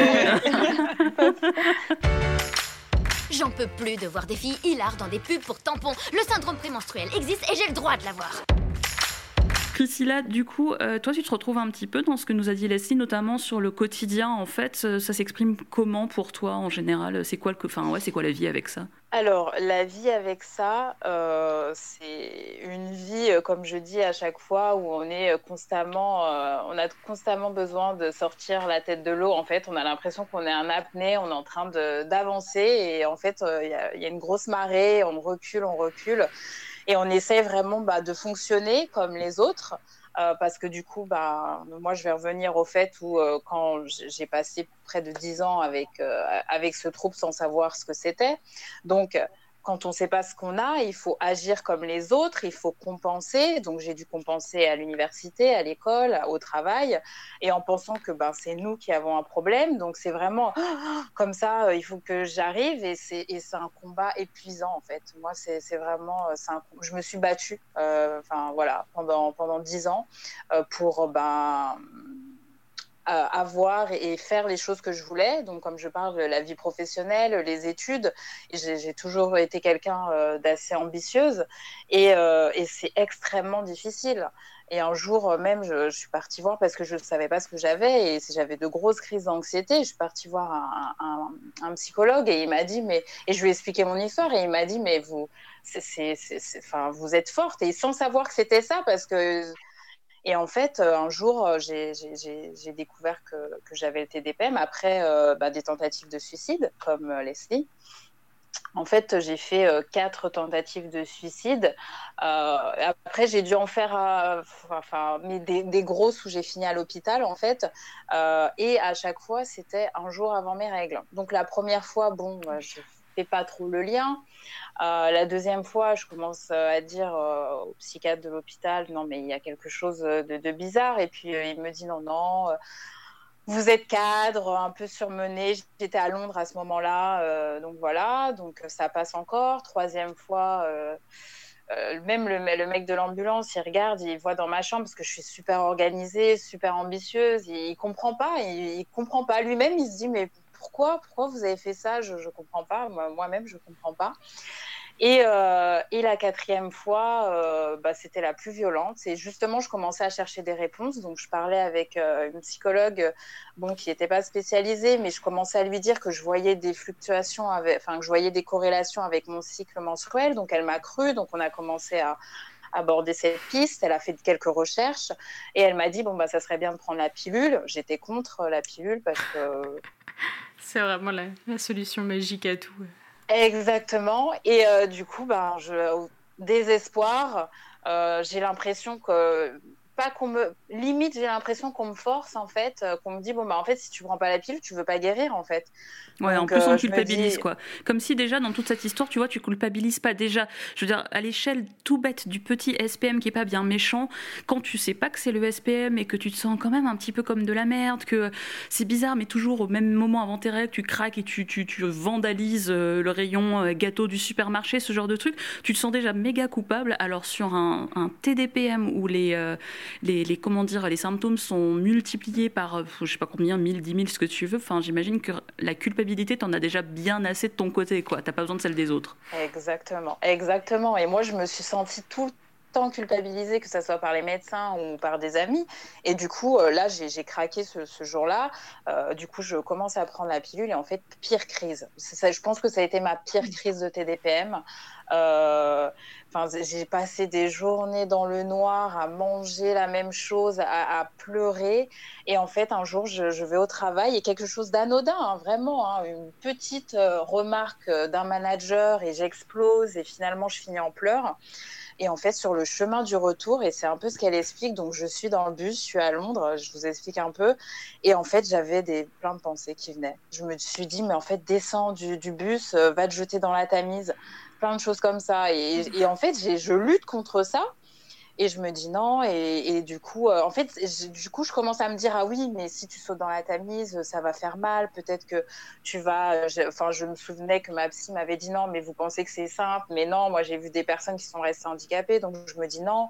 J'en peux plus de voir des filles hilares dans des pubs pour tampons. Le syndrome prémenstruel existe et j'ai le droit de l'avoir. Priscilla, du coup, euh, toi, tu te retrouves un petit peu dans ce que nous a dit Leslie, notamment sur le quotidien. En fait, ça s'exprime comment pour toi en général ? C'est quoi, le... enfin, ouais, c'est quoi la vie avec ça ? Alors, la vie avec ça, euh, c'est une vie, euh, comme je dis à chaque fois, où on est euh, constamment, euh, on a constamment besoin de sortir la tête de l'eau. En fait, on a l'impression qu'on est en apnée, on est en train de, d'avancer, et en fait, euh, il y a, il y a une grosse marée, on recule, on recule, et on essaie vraiment bah, de fonctionner comme les autres. Euh, parce que du coup, bah, moi, je vais revenir au fait où euh, quand j'ai passé près de dix ans avec, euh, avec ce trouble sans savoir ce que c'était. Donc, quand on ne sait pas ce qu'on a, il faut agir comme les autres, il faut compenser. Donc, j'ai dû compenser à l'université, à l'école, au travail, et en pensant que ben, c'est nous qui avons un problème. Donc, c'est vraiment oh, comme ça, il faut que j'arrive, et c'est, et c'est un combat épuisant, en fait. Moi, c'est, c'est vraiment... C'est un, je me suis battue euh, enfin, voilà, pendant, pendant dix ans euh, pour... Ben, Euh, avoir et faire les choses que je voulais. Donc, comme je parle de la vie professionnelle, les études, j'ai, j'ai toujours été quelqu'un euh, d'assez ambitieuse, et, euh, et c'est extrêmement difficile. Et un jour même, je, je suis partie voir parce que je ne savais pas ce que j'avais, et j'avais de grosses crises d'anxiété. Je suis partie voir un, un, un psychologue, et il m'a dit, mais, et je lui ai expliqué mon histoire, et il m'a dit, mais vous, c'est, c'est, c'est, c'est, enfin, vous êtes forte, et sans savoir que c'était ça, parce que Et en fait, un jour, j'ai, j'ai, j'ai découvert que, que j'avais le T D P M après euh, bah, des tentatives de suicide, comme euh, Leslie. En fait, j'ai fait euh, quatre tentatives de suicide. Euh, après, j'ai dû en faire euh, enfin, mais des, des grosses où j'ai fini à l'hôpital, en fait. Euh, et à chaque fois, c'était un jour avant mes règles. Donc, la première fois, bon, bah, je fais pas trop le lien. Euh, la deuxième fois, je commence à dire euh, au psychiatre de l'hôpital, non, mais il y a quelque chose de, de bizarre. Et puis, euh, il me dit, non, non, euh, vous êtes cadre, un peu surmené. J'étais à Londres à ce moment-là. Euh, donc, voilà, donc ça passe encore. Troisième fois, euh, euh, même le, le mec de l'ambulance, il regarde, il voit dans ma chambre, parce que je suis super organisée, super ambitieuse. Il, il comprend pas, il, il comprend pas. Lui-même, il se dit, mais pourquoi, pourquoi vous avez fait ça? Je ne comprends pas. Moi, moi-même, je ne comprends pas. Et, euh, et la quatrième fois, euh, bah, c'était la plus violente. Et justement, je commençais à chercher des réponses. Donc, je parlais avec euh, une psychologue bon, qui n'était pas spécialisée, mais je commençais à lui dire que je voyais des fluctuations, avec, enfin, que je voyais des corrélations avec mon cycle menstruel. Donc, elle m'a cru. Donc, on a commencé à aborder cette piste. Elle a fait quelques recherches et elle m'a dit, bon, bah, ça serait bien de prendre la pilule. J'étais contre la pilule parce que... C'est vraiment la, la solution magique à tout. Exactement. Et euh, du coup, ben, je, au désespoir, euh, j'ai l'impression que, pas qu'on me, limite, j'ai l'impression qu'on me force, en fait, euh, qu'on me dit, bon, bah, en fait, si tu prends pas la pilule, tu veux pas guérir, en fait. Ouais, Donc, en plus, on euh, culpabilise, dis... quoi. Comme si déjà, dans toute cette histoire, tu vois, tu culpabilises pas déjà. Je veux dire, à l'échelle tout bête du petit S P M qui est pas bien méchant, quand tu sais pas que c'est le S P M et que tu te sens quand même un petit peu comme de la merde, que c'est bizarre, mais toujours au même moment avant tes règles, tu craques et tu, tu, tu vandalises le rayon gâteau du supermarché, ce genre de truc, tu te sens déjà méga coupable. Alors, sur un, un T D P M où les, euh, les, les, comment dire, les symptômes sont multipliés par, je sais pas combien, mille, dix mille, ce que tu veux, enfin, j'imagine que la culpabilité t'en as déjà bien assez de ton côté, quoi. T'as pas besoin de celle des autres. Exactement, exactement. Et moi, je me suis sentie tout le temps culpabilisée, que ce soit par les médecins ou par des amis. Et du coup, euh, là, j'ai, j'ai craqué ce, ce jour-là. Euh, du coup, je commence à prendre la pilule et en fait, pire crise. C'est ça, je pense que ça a été ma pire crise de T D P M. Euh, enfin, j'ai passé des journées dans le noir à manger la même chose, à, à pleurer. Et en fait, un jour, je, je vais au travail et quelque chose d'anodin, hein, vraiment, hein, une petite euh, remarque d'un manager et j'explose et finalement, je finis en pleurs. Et en fait, sur le chemin du retour, et c'est un peu ce qu'elle explique, donc je suis dans le bus, je suis à Londres, je vous explique un peu, et en fait, j'avais des, plein de pensées qui venaient. Je me suis dit, mais en fait, descends du, du bus, euh, va te jeter dans la Tamise, plein de choses comme ça. Et, et en fait, j'ai, je lutte contre ça. Et je me dis non, et, et du coup, euh, en fait, je, du coup, je commence à me dire, ah oui, mais si tu sautes dans la Tamise, ça va faire mal, peut-être que tu vas... Je, enfin, je me souvenais que ma psy m'avait dit non, mais vous pensez que c'est simple, mais non, moi, j'ai vu des personnes qui sont restées handicapées, donc je me dis non.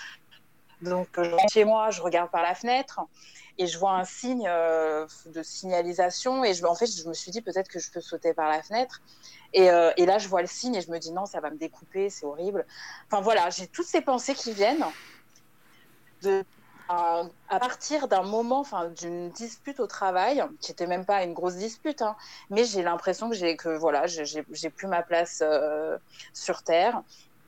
Donc, je rentre chez moi, je regarde par la fenêtre, et je vois un signe euh, de signalisation, et je, en fait, je me suis dit, peut-être que je peux sauter par la fenêtre. Et, euh, et là, je vois le signe et je me dis non, ça va me découper, c'est horrible. Enfin voilà, j'ai toutes ces pensées qui viennent. De... à, à partir d'un moment, enfin, d'une dispute au travail, qui n'était même pas une grosse dispute, hein, mais j'ai l'impression que j'ai que voilà, j'ai, j'ai, j'ai plus ma place euh, sur Terre.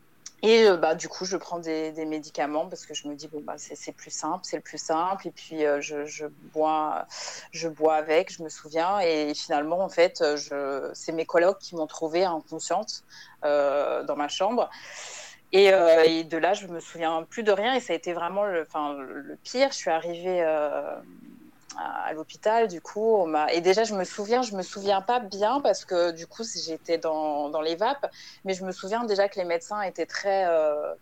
Et euh, bah, du coup, je prends des, des médicaments parce que je me dis, bon, bah, c'est, c'est plus simple, c'est le plus simple. Et puis, euh, je, je, bois, je bois avec, je me souviens. Et finalement, en fait, je, c'est mes colocs qui m'ont trouvée inconsciente euh, dans ma chambre. Et, euh, et de là, je me souviens plus de rien. Et ça a été vraiment le, enfin, le pire. Je suis arrivée euh, à, à l'hôpital, du coup. On m'a... Et déjà, je me souviens, je me souviens pas bien parce que du coup, j'étais dans, dans les vapes. Mais je me souviens déjà que les médecins étaient très... Euh,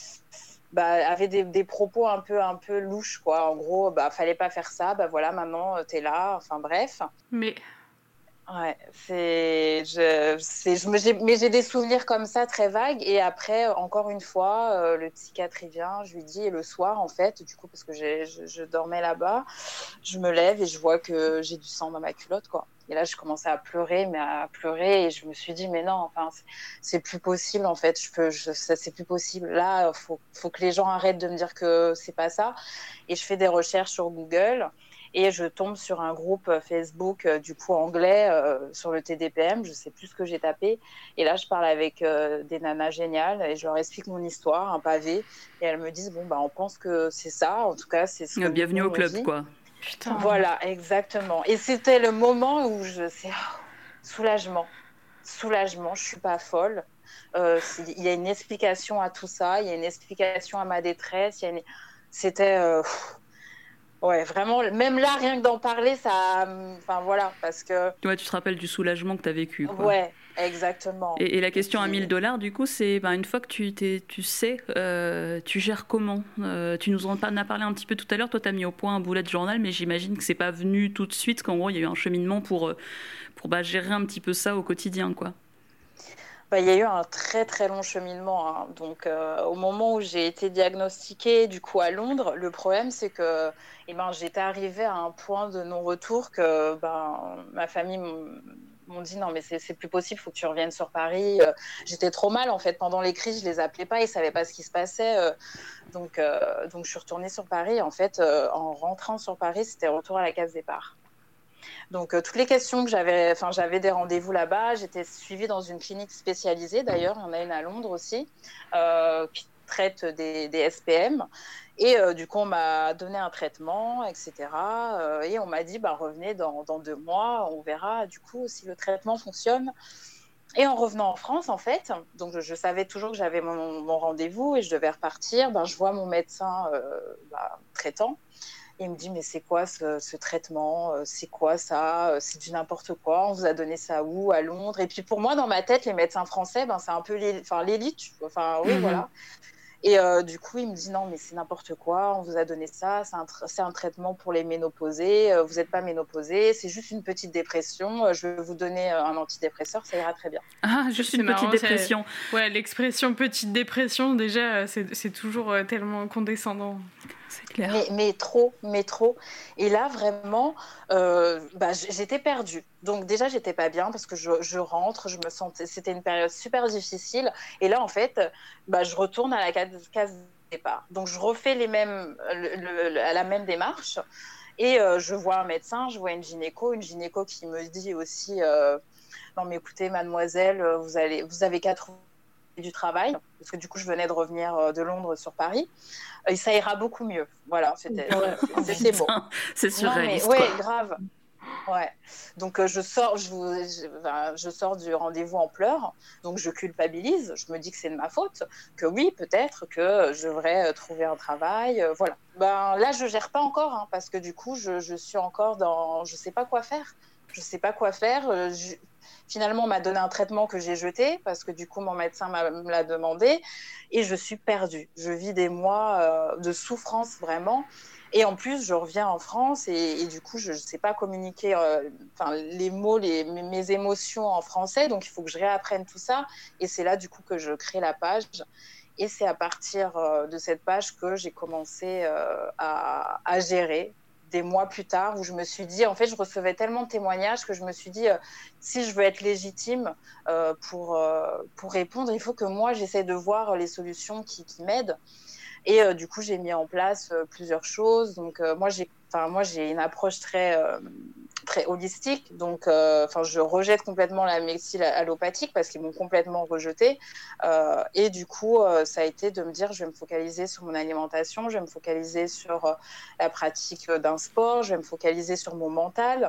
bah, avaient des, des propos un peu, un peu louches, quoi. En gros, bah, fallait pas faire ça. Bah voilà, maintenant, t'es là. Enfin, bref. Mais... Ouais, c'est, je, c'est, je me, j'ai, mais j'ai des souvenirs comme ça très vagues. Et après, encore une fois, euh, le psychiatre il vient, je lui dis, et le soir, en fait, du coup, parce que j'ai, je, je dormais là-bas, je me lève et je vois que j'ai du sang dans ma culotte, quoi. Et là, je commençais à pleurer, mais à pleurer, et je me suis dit, mais non, enfin, c'est, c'est plus possible, en fait. Je peux, je, ça, c'est plus possible. Là, faut, faut que les gens arrêtent de me dire que c'est pas ça. Et je fais des recherches sur Google. Et je tombe sur un groupe Facebook, euh, du coup anglais, euh, sur le T D P M. Je ne sais plus ce que j'ai tapé. Et là, je parle avec euh, des nanas géniales et je leur explique mon histoire, un pavé. Et elles me disent, bon, bah, on pense que c'est ça. En tout cas, c'est ce que bienvenue au club, dit. Quoi. Putain. Voilà, exactement. Et c'était le moment où je... C'est... Oh, soulagement. Soulagement, je ne suis pas folle. Euh, il y a une explication à tout ça. Il y a une explication à ma détresse. Il y a une... C'était... Euh... Ouais, vraiment, même là, rien que d'en parler, ça... Enfin, voilà, parce que... Ouais, tu te rappelles du soulagement que tu as vécu, quoi. Ouais, exactement. Et, et la question et puis... à mille dollars, du coup, c'est ben, une fois que tu, t'es, tu sais, euh, tu gères comment euh, Tu nous en as parlé un petit peu tout à l'heure, toi, tu as mis au point un bullet journal, mais j'imagine que c'est pas venu tout de suite, qu'en gros, il y a eu un cheminement pour, pour bah, gérer un petit peu ça au quotidien, quoi. Bah, il y a eu un très très long cheminement. Hein. Donc, euh, au moment où j'ai été diagnostiquée, du coup, à Londres, le problème, c'est que eh ben, j'étais arrivée à un point de non-retour que ben, ma famille m'ont dit non, mais c'est, c'est plus possible, il faut que tu reviennes sur Paris. Euh, j'étais trop mal, en fait. Pendant les crises, je les appelais pas, ils savaient pas ce qui se passait. Euh, donc, euh, donc, je suis retournée sur Paris. En fait, euh, en rentrant sur Paris, c'était retour à la case départ. Donc, euh, toutes les questions que j'avais, enfin, j'avais des rendez-vous là-bas. J'étais suivie dans une clinique spécialisée, d'ailleurs. Il y en a une à Londres aussi, euh, qui traite des, des S P M. Et euh, du coup, on m'a donné un traitement, et cetera. Euh, et on m'a dit, bah, revenez dans, dans deux mois, on verra, du coup, si le traitement fonctionne. Et en revenant en France, en fait, donc je, je savais toujours que j'avais mon, mon rendez-vous et je devais repartir. Ben, je vois mon médecin euh, bah, traitant. Il me dit, mais c'est quoi ce, ce traitement ? C'est quoi ça ? C'est du n'importe quoi. On vous a donné ça où ? À Londres ? Et puis pour moi, dans ma tête, les médecins français, ben, c'est un peu l'élite. Enfin, l'élite. Enfin, oui, mm-hmm. Voilà. Et euh, du coup, il me dit, non, mais c'est n'importe quoi. On vous a donné ça. C'est un, tra- c'est un traitement pour les ménopausés. Vous n'êtes pas ménopausée. C'est juste une petite dépression. Je vais vous donner un antidépresseur. Ça ira très bien. Ah, juste c'est une marrant, petite dépression. C'est... Ouais, l'expression petite dépression, déjà, c'est, c'est toujours tellement condescendant. C'est clair. Mais, mais trop, mais trop. Et là, vraiment, euh, bah, j'étais perdue. Donc déjà, j'étais pas bien parce que je, je rentre, je me sentais, c'était une période super difficile. Et là, en fait, bah, je retourne à la case, case départ. Donc je refais les mêmes, le, le, la même démarche. Et euh, je vois un médecin, je vois une gynéco, une gynéco qui me dit aussi, euh, non mais écoutez, mademoiselle, vous allez, vous avez quatre du travail, parce que du coup je venais de revenir de Londres sur Paris, et ça ira beaucoup mieux. Voilà, c'était, c'était beau. C'est surréaliste. Ouais, grave. Ouais. Donc euh, je sors, je, je, enfin, je sors du rendez-vous en pleurs, donc je culpabilise, je me dis que c'est de ma faute, que oui, peut-être que je devrais trouver un travail, euh, voilà. Ben là, je gère pas encore, hein, parce que du coup, je, je suis encore dans, je sais pas quoi faire, je sais pas quoi faire. Euh, je... Finalement, on m'a donné un traitement que j'ai jeté parce que du coup, mon médecin m'a, me l'a demandé et je suis perdue. Je vis des mois euh, de souffrance vraiment. Et en plus, je reviens en France et, et du coup, je ne sais pas communiquer euh, les mots, les, mes émotions en français. Donc, il faut que je réapprenne tout ça. Et c'est là, du coup, que je crée la page. Et c'est à partir euh, de cette page que j'ai commencé euh, à, à gérer. Des mois plus tard, où je me suis dit, en fait, je recevais tellement de témoignages que je me suis dit, euh, si je veux être légitime euh, pour, euh, pour répondre, il faut que moi, j'essaie de voir les solutions qui, qui m'aident. Et euh, du coup, j'ai mis en place euh, plusieurs choses. Donc, euh, moi, j'ai, enfin, moi, j'ai une approche très, euh, très holistique. Donc, euh, enfin, je rejette complètement la médecine allopathique parce qu'ils m'ont complètement rejetée. Euh, et du coup, euh, ça a été de me dire, je vais me focaliser sur mon alimentation, je vais me focaliser sur euh, la pratique d'un sport, je vais me focaliser sur mon mental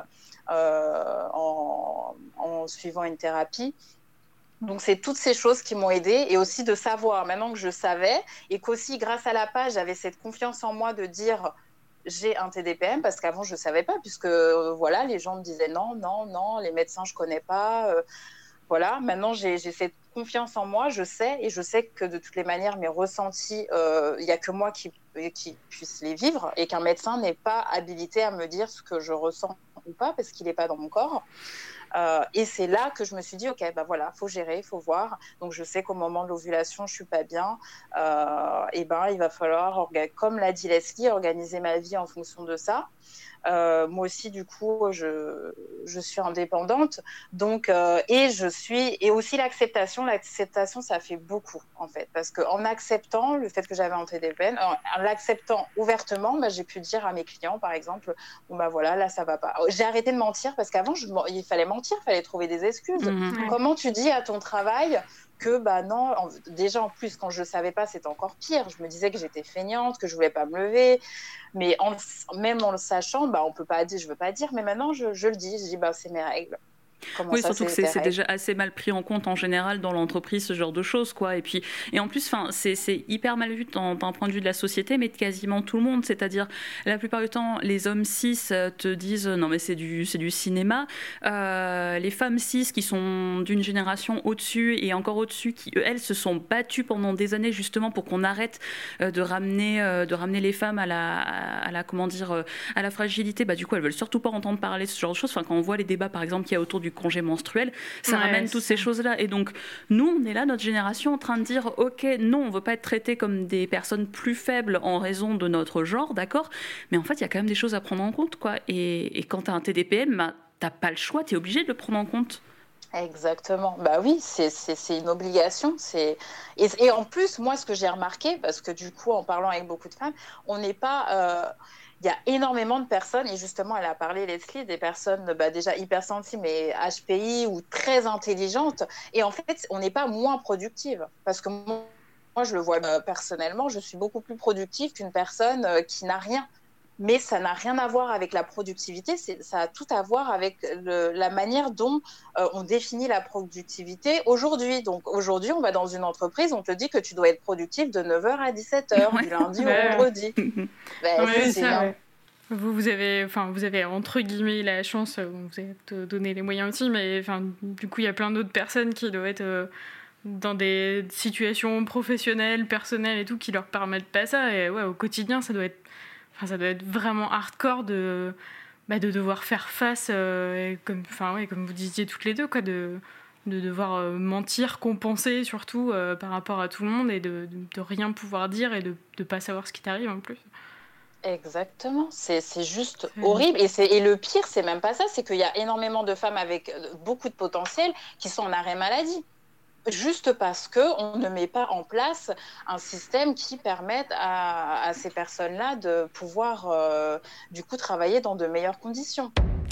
euh, en, en suivant une thérapie. Donc, c'est toutes ces choses qui m'ont aidée et aussi de savoir, maintenant que je savais, et qu'aussi, grâce à la page, j'avais cette confiance en moi de dire j'ai un T D P M, parce qu'avant, je ne savais pas, puisque euh, voilà, les gens me disaient non, non, non, les médecins, je ne connais pas. Euh, voilà, maintenant, j'ai, j'ai cette confiance en moi, je sais, et je sais que de toutes les manières, mes ressentis, il euh, n'y a que moi qui, qui puisse les vivre, et qu'un médecin n'est pas habilité à me dire ce que je ressens ou pas, parce qu'il n'est pas dans mon corps. Euh, et c'est là que je me suis dit, ok, bah voilà, faut gérer, faut voir. Donc je sais qu'au moment de l'ovulation, je suis pas bien. Euh, et ben, il va falloir, comme l'a dit Leslie, organiser ma vie en fonction de ça. Euh, moi aussi, du coup, je, je suis indépendante. Donc, euh, et je suis, et aussi l'acceptation. L'acceptation, ça fait beaucoup, en fait. Parce qu'en acceptant le fait que j'avais un T D P M, en l'acceptant ouvertement, bah, j'ai pu dire à mes clients, par exemple, bon, bah voilà, là, ça va pas. J'ai arrêté de mentir parce qu'avant, je, il fallait mentir, il fallait trouver des excuses. Mmh. Comment tu dis à ton travail que bah non, en, déjà en plus quand je le savais pas, c'était encore pire. Je me disais que j'étais feignante, que je voulais pas me lever, mais en, même en le sachant, bah on peut pas dire, je veux pas dire, mais maintenant je, je le dis, je dis bah c'est mes règles. Comment oui, ça, surtout c'est que c'est, c'est déjà assez mal pris en compte en général dans l'entreprise, ce genre de choses, quoi. Et puis, et en plus, enfin, c'est, c'est hyper mal vu d'un, d'un point de vue de la société, mais de quasiment tout le monde. C'est-à-dire, la plupart du temps, les hommes cis te disent non, mais c'est du, c'est du cinéma. Euh, les femmes cis qui sont d'une génération au-dessus et encore au-dessus, qui elles se sont battues pendant des années justement pour qu'on arrête de ramener, de ramener les femmes à la, à la, comment dire, à la fragilité. Bah, du coup, elles veulent surtout pas entendre parler de ce genre de choses. Enfin, quand on voit les débats, par exemple, qu'il y a autour du congé menstruel, ça ouais, ramène toutes ces choses-là. Et donc, nous, on est là, notre génération, en train de dire, ok, non, on veut pas être traités comme des personnes plus faibles en raison de notre genre, d'accord, mais en fait, il y a quand même des choses à prendre en compte, quoi. Et, et quand tu as un T D P M, bah, t'as pas le choix, tu es obligé de le prendre en compte. Exactement. Bah oui, c'est, c'est, c'est une obligation. C'est... Et, et en plus, moi, ce que j'ai remarqué, parce que du coup, en parlant avec beaucoup de femmes, on n'est pas... Euh... Il y a énormément de personnes, et justement, elle a parlé, Leslie, des personnes bah, déjà hypersensibles, mais H P I ou très intelligentes. Et en fait, on n'est pas moins productive. Parce que moi, moi je le vois euh, personnellement, je suis beaucoup plus productive qu'une personne euh, qui n'a rien. Mais ça n'a rien à voir avec la productivité, c'est, ça a tout à voir avec le, la manière dont euh, on définit la productivité aujourd'hui. Donc aujourd'hui, on va dans une entreprise, on te dit que tu dois être productif de neuf heures à dix-sept heures, ouais. Du lundi ouais. au vendredi. Ben, ouais, c'est, c'est ça, ouais. Vous, vous, avez, enfin, vous avez entre guillemets la chance, vous avez donné les moyens aussi, mais enfin, du coup, il y a plein d'autres personnes qui doivent être... Euh, dans des situations professionnelles, personnelles et tout, qui leur permettent pas ça. Et ouais, au quotidien, ça doit être Enfin, ça doit être vraiment hardcore de, bah, de devoir faire face, euh, comme, enfin, ouais, comme vous disiez toutes les deux, quoi, de, de devoir euh, mentir, compenser surtout euh, par rapport à tout le monde et de, de, de rien pouvoir dire et de ne pas savoir ce qui t'arrive en plus. Exactement, c'est, c'est juste c'est... horrible. Et, c'est, et le pire, c'est même pas ça, c'est qu'il y a énormément de femmes avec beaucoup de potentiel qui sont en arrêt maladie. Juste parce qu'on ne met pas en place un système qui permette à, à ces personnes-là de pouvoir, euh, du coup, travailler dans de meilleures conditions.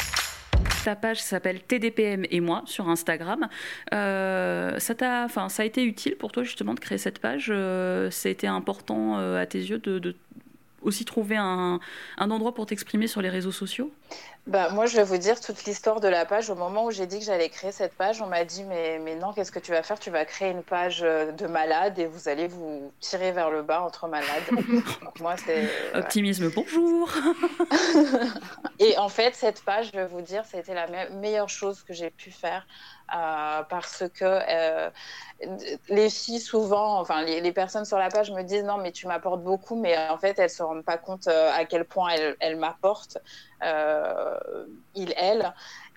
Ta page s'appelle T D P M et moi sur Instagram. Euh, ça, t'a, enfin, ça a été utile pour toi justement de créer cette page. Euh, ça a été important euh, à tes yeux de, de aussi trouver un, un endroit pour t'exprimer sur les réseaux sociaux? Bah, moi, je vais vous dire toute l'histoire de la page. Au moment où j'ai dit que j'allais créer cette page, on m'a dit mais, mais non, qu'est-ce que tu vas faire? Tu vas créer une page de malades et vous allez vous tirer vers le bas entre malades. Donc, moi, c'est... Optimisme, ouais. Bonjour. Et en fait, cette page, je vais vous dire, ça a été la me- meilleure chose que j'ai pu faire euh, parce que euh, les filles, souvent, enfin, les, les personnes sur la page me disent non, mais tu m'apportes beaucoup, mais en fait, elles ne se rendent pas compte à quel point elles, elles m'apportent. Euh, il, elle.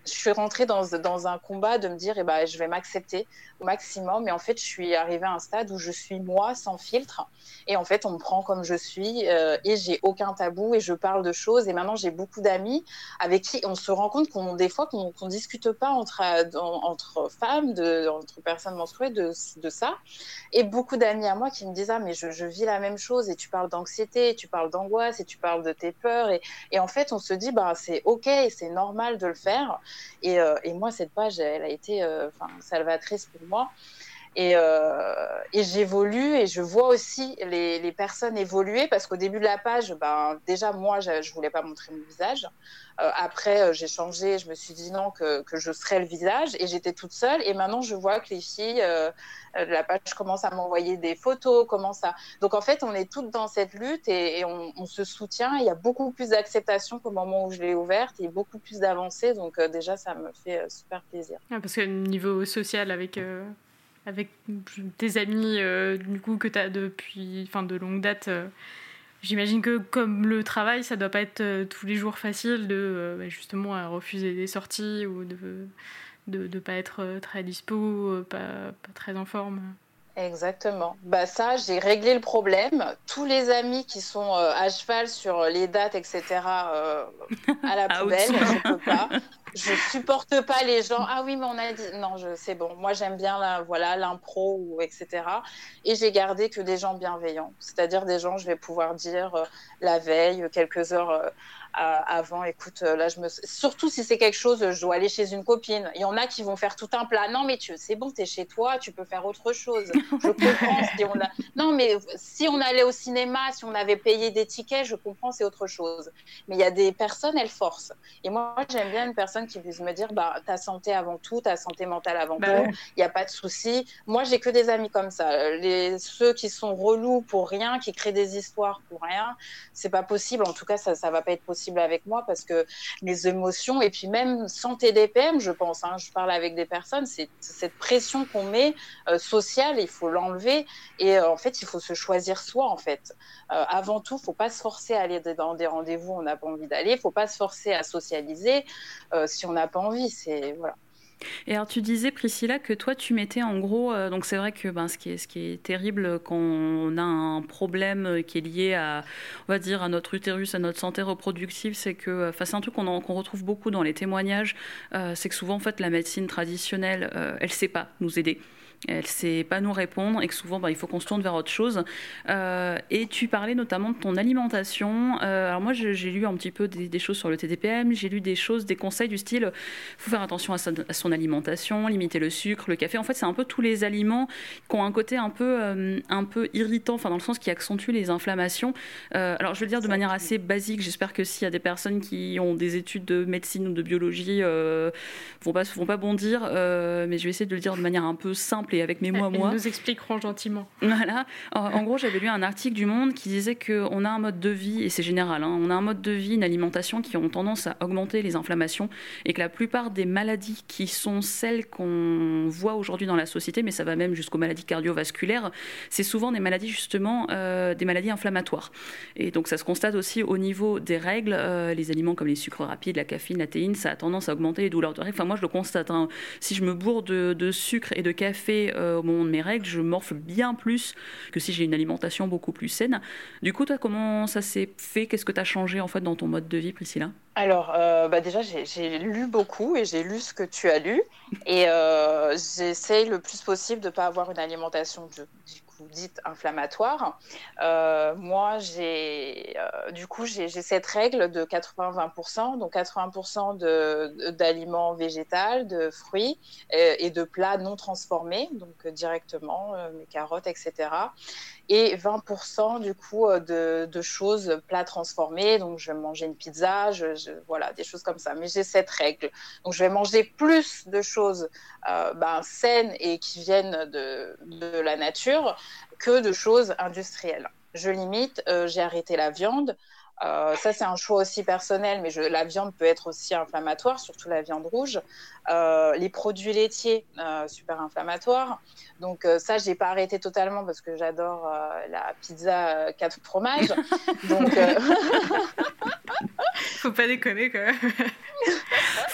je suis rentrée dans, dans un combat de me dire, eh ben, je vais m'accepter au maximum. Et en fait, je suis arrivée à un stade où je suis moi, sans filtre. Et en fait, on me prend comme je suis euh, et j'ai aucun tabou et je parle de choses. Et maintenant, j'ai beaucoup d'amis avec qui on se rend compte qu'on, des fois qu'on ne discute pas entre, entre femmes, de, entre personnes menstruées de, de ça. Et beaucoup d'amis à moi qui me disent, ah, mais je, je vis la même chose et tu parles d'anxiété, tu parles d'angoisse et tu parles de tes peurs. Et, et en fait, on se dit, bah, c'est OK, c'est normal de le faire. Et, euh, et moi, cette page, elle a été euh, salvatrice pour moi. Et, euh, et j'évolue et je vois aussi les, les personnes évoluer parce qu'au début de la page, ben, déjà, moi, je ne voulais pas montrer mon visage. Euh, après, euh, j'ai changé, je me suis dit non, que, que je serais le visage et j'étais toute seule. Et maintenant, je vois que les filles euh, de la page commencent à m'envoyer des photos. Commencent à... Donc, en fait, on est toutes dans cette lutte et, et on, on se soutient. Il y a beaucoup plus d'acceptation qu'au moment où je l'ai ouverte et beaucoup plus d'avancées. Donc, euh, déjà, ça me fait euh, super plaisir. Ah, parce que niveau social, avec... Euh... avec tes amis euh, du coup que tu as depuis enfin de longue date, euh, j'imagine que comme le travail, ça doit pas être euh, tous les jours facile de euh, justement à refuser des sorties ou de de, de pas être euh, très dispo, euh, pas, pas très en forme. Exactement. Bah ça, j'ai réglé le problème. Tous les amis qui sont euh, à cheval sur les dates, et cetera, euh, à la poubelle, je peux pas. Je supporte pas les gens. Ah oui, mais on a dit non, je, c'est bon. Moi, j'aime bien la, voilà, l'impro ou et cetera. Et j'ai gardé que des gens bienveillants, c'est-à-dire des gens, je vais pouvoir dire euh, la veille, quelques heures euh, avant, écoute, là, je me... surtout si c'est quelque chose, je dois aller chez une copine. Il y en a qui vont faire tout un plat. Non, mais tu... c'est bon, t'es chez toi, tu peux faire autre chose. Je comprends. Si on a... Non, mais si on allait au cinéma, si on avait payé des tickets, je comprends, c'est autre chose. Mais il y a des personnes, elles forcent. Et moi, j'aime bien une personne qui puisse me dire, bah, ta santé avant tout, ta santé mentale avant bah, tout, il ouais. n'y a pas de souci. Moi, j'ai que des amis comme ça. Les... Ceux qui sont relous pour rien, qui créent des histoires pour rien, c'est pas possible. En tout cas, ça ne va pas être possible avec moi parce que mes émotions et puis même sans T D P M, je pense, hein, je parle avec des personnes, c'est cette pression qu'on met euh, sociale, il faut l'enlever et euh, en fait, il faut se choisir soi en fait. Euh, avant tout, il ne faut pas se forcer à aller dans des rendez-vous où on n'a pas envie d'aller, il ne faut pas se forcer à socialiser euh, si on n'a pas envie, c'est voilà. Et alors tu disais Priscilla que toi tu mettais en gros, euh, donc c'est vrai que ben, ce, qui est, ce qui est terrible quand on a un problème qui est lié à, on va dire, à notre utérus, à notre santé reproductive, c'est que, enfin c'est un truc qu'on, en, qu'on retrouve beaucoup dans les témoignages, euh, c'est que souvent en fait la médecine traditionnelle, euh, elle sait pas nous aider. Elle ne sait pas nous répondre et que souvent bah, il faut qu'on se tourne vers autre chose. Euh, et tu parlais notamment de ton alimentation. Euh, alors moi j'ai, j'ai lu un petit peu des, des choses sur le T D P M, j'ai lu des choses, des conseils du style il faut faire attention à, sa, à son alimentation, limiter le sucre, le café. En fait c'est un peu tous les aliments qui ont un côté un peu, euh, un peu irritant, enfin dans le sens qui accentue les inflammations. Euh, alors je veux le dire de manière assez basique, j'espère que s'il y a des personnes qui ont des études de médecine ou de biologie euh, vont pas, vont pas bondir, euh, mais je vais essayer de le dire de manière un peu simple et avec mes mots à moi. Ils nous expliqueront gentiment. Voilà. En, en gros, j'avais lu un article du Monde qui disait qu'on a un mode de vie, et c'est général, hein, on a un mode de vie, une alimentation qui ont tendance à augmenter les inflammations et que la plupart des maladies qui sont celles qu'on voit aujourd'hui dans la société, mais ça va même jusqu'aux maladies cardiovasculaires, c'est souvent des maladies justement, euh, des maladies inflammatoires. Et donc ça se constate aussi au niveau des règles. Euh, les aliments comme les sucres rapides, la caféine, la théine, ça a tendance à augmenter les douleurs de règles. Enfin moi je le constate. Hein. Si je me bourre de, de sucre et de café Euh, au moment de mes règles, je morfle bien plus que si j'ai une alimentation beaucoup plus saine. Du coup, toi, comment ça s'est fait ? Qu'est-ce que tu as changé en fait dans ton mode de vie, Priscilla ? Alors, euh, bah déjà, j'ai, j'ai lu beaucoup et j'ai lu ce que tu as lu. Et euh, j'essaye le plus possible de ne pas avoir une alimentation du, du coup, dite inflammatoire. Euh, moi, j'ai, euh, du coup, j'ai, j'ai cette règle de quatre-vingts vingt pour cent. Donc, quatre-vingts pour cent de, de, d'aliments végétaux, de fruits et, et de plats non transformés, donc euh, directement, euh, mes carottes, et cetera. Et vingt pour cent du coup de, de choses plats transformés. Donc, je vais manger une pizza, je, je, voilà, des choses comme ça. Mais j'ai cette règle. Donc, je vais manger plus de choses euh, ben, saines et qui viennent de, de la nature que de choses industrielles. Je limite, euh, j'ai arrêté la viande. Euh, ça, c'est un choix aussi personnel, mais je, la viande peut être aussi inflammatoire, surtout la viande rouge. Euh, les produits laitiers, euh, super inflammatoires. Donc euh, ça, j'ai pas arrêté totalement parce que j'adore euh, la pizza euh, quatre fromages. Donc, euh... faut pas déconner quand même.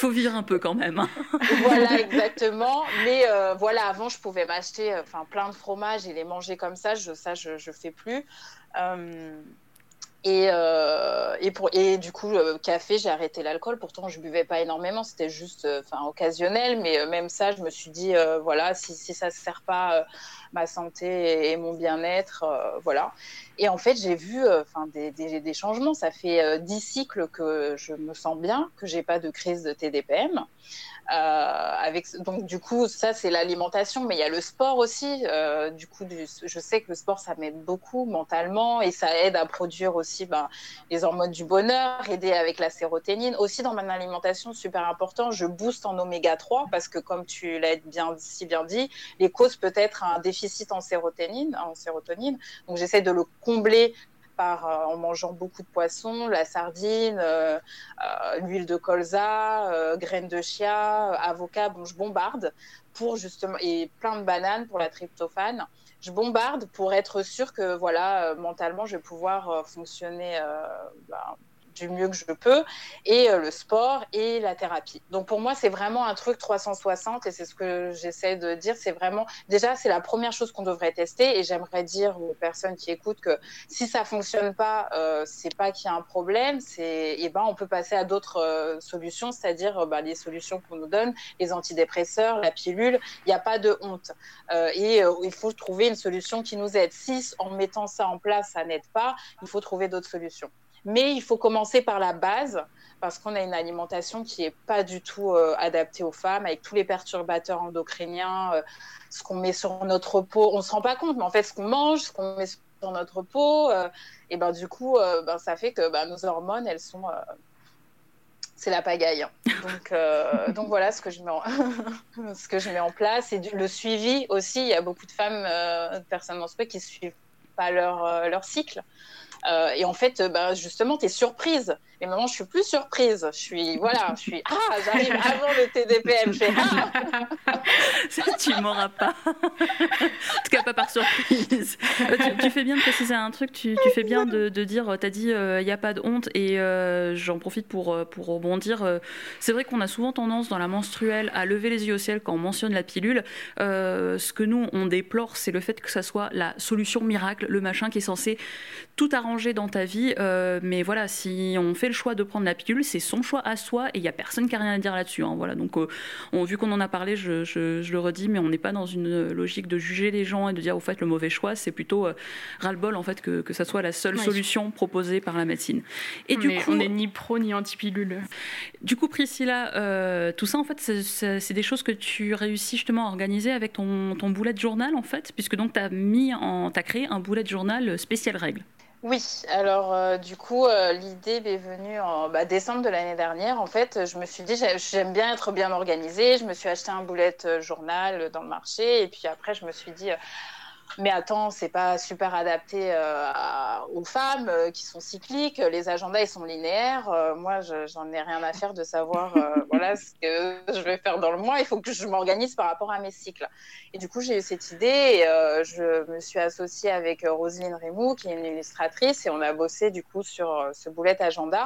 faut vivre un peu quand même. Hein. Voilà, exactement. Mais euh, voilà, avant, je pouvais m'acheter enfin, plein de fromages et les manger comme ça. Je, ça, je ne fais plus. Euh, et, euh, et, pour, et du coup, le café, j'ai arrêté l'alcool. Pourtant, je ne buvais pas énormément. C'était juste enfin, occasionnel. Mais euh, même ça, je me suis dit, euh, voilà, si, si ça ne sert pas euh, ma santé et, et mon bien-être, euh, voilà. Et en fait, j'ai vu euh, des, des, des changements. Ça fait euh, dix cycles que je me sens bien, que je n'ai pas de crise de T D P M. Euh, avec, donc du coup ça c'est l'alimentation, mais il y a le sport aussi, euh, du coup du, je sais que le sport ça m'aide beaucoup mentalement et ça aide à produire aussi ben, les hormones du bonheur, aider avec la sérotonine aussi dans mon alimentation, super important, je booste en oméga trois parce que comme tu l'as bien, si bien dit, les causes peut être un déficit en sérotonine, en sérotonine, donc j'essaie de le combler Par, euh, en mangeant beaucoup de poissons, la sardine, euh, euh, l'huile de colza, euh, graines de chia, euh, avocat, bon, je bombarde pour justement, et plein de bananes pour la tryptophane. Je bombarde pour être sûre que voilà, euh, mentalement, je vais pouvoir euh, fonctionner euh, bah, du mieux que je peux, et euh, le sport et la thérapie. Donc pour moi, c'est vraiment un truc trois cent soixante et c'est ce que j'essaie de dire. C'est vraiment, déjà, c'est la première chose qu'on devrait tester et j'aimerais dire aux personnes qui écoutent que si ça fonctionne pas, euh, c'est pas qu'il y a un problème, c'est, eh ben, on peut passer à d'autres euh, solutions, c'est-à-dire euh, bah, les solutions qu'on nous donne, les antidépresseurs, la pilule, il n'y a pas de honte. Euh, et euh, il faut trouver une solution qui nous aide. Si en mettant ça en place, ça n'aide pas, il faut trouver d'autres solutions. Mais il faut commencer par la base parce qu'on a une alimentation qui n'est pas du tout euh, adaptée aux femmes avec tous les perturbateurs endocriniens, euh, ce qu'on met sur notre peau. On ne se rend pas compte, mais en fait, ce qu'on mange, ce qu'on met sur notre peau, euh, et ben, du coup, euh, ben, ça fait que ben, nos hormones, elles sont... Euh, c'est la pagaille. Donc, euh, donc voilà ce que je mets en, ce que je mets en place. Et du, le suivi aussi, il y a beaucoup de femmes, euh, de personnes menstruées qui ne suivent pas leur, euh, leur cycle. Euh, et en fait, bah, justement, tu es surprise. Et maintenant, je suis plus surprise. Je suis, voilà, je suis, ah, j'arrive avant le T D P M. Je fais, ah. Tu m'auras pas. En tout cas, pas par surprise. tu, tu fais bien de préciser un truc. Tu, tu fais bien de, de dire, tu as dit, il euh, n'y a pas de honte. Et euh, j'en profite pour, pour rebondir. Euh, c'est vrai qu'on a souvent tendance, dans la menstruelle, à lever les yeux au ciel quand on mentionne la pilule. Euh, ce que nous, on déplore, c'est le fait que ça soit la solution miracle, le machin qui est censé tout arranger dans ta vie. Euh, mais voilà, si on fait le choix de prendre la pilule, c'est son choix à soi et il n'y a personne qui a rien à dire là-dessus. Hein, voilà. Donc, euh, on, vu qu'on en a parlé, je, je, je le redis, mais on n'est pas dans une logique de juger les gens et de dire, au fait, le mauvais choix, c'est plutôt euh, ras-le-bol, en fait, que, que ça soit la seule oui. solution proposée par la médecine. Et du mais coup, on n'est ni pro ni anti-pilule. Du coup, Priscilla, euh, tout ça, en fait, c'est, c'est, c'est des choses que tu réussis justement à organiser avec ton, ton bullet journal, en fait, puisque donc tu as mis en, t'as créé un bullet journal spécial règles. Oui, alors euh, du coup, euh, l'idée m'est venue en bah, décembre de l'année dernière. En fait, je me suis dit, j'aime bien être bien organisée. Je me suis acheté un bullet journal dans le marché. Et puis après, je me suis dit, euh, mais attends, c'est pas super adapté euh, à, aux femmes euh, qui sont cycliques. Les agendas, ils sont linéaires. Euh, moi, je, j'en ai rien à faire de savoir euh, voilà, ce que je vais faire dans le mois. Il faut que je m'organise par rapport à mes cycles. Et du coup, j'ai eu cette idée et euh, je me suis associée avec Roselyne Rémou, qui est une illustratrice, et on a bossé du coup sur ce bullet agenda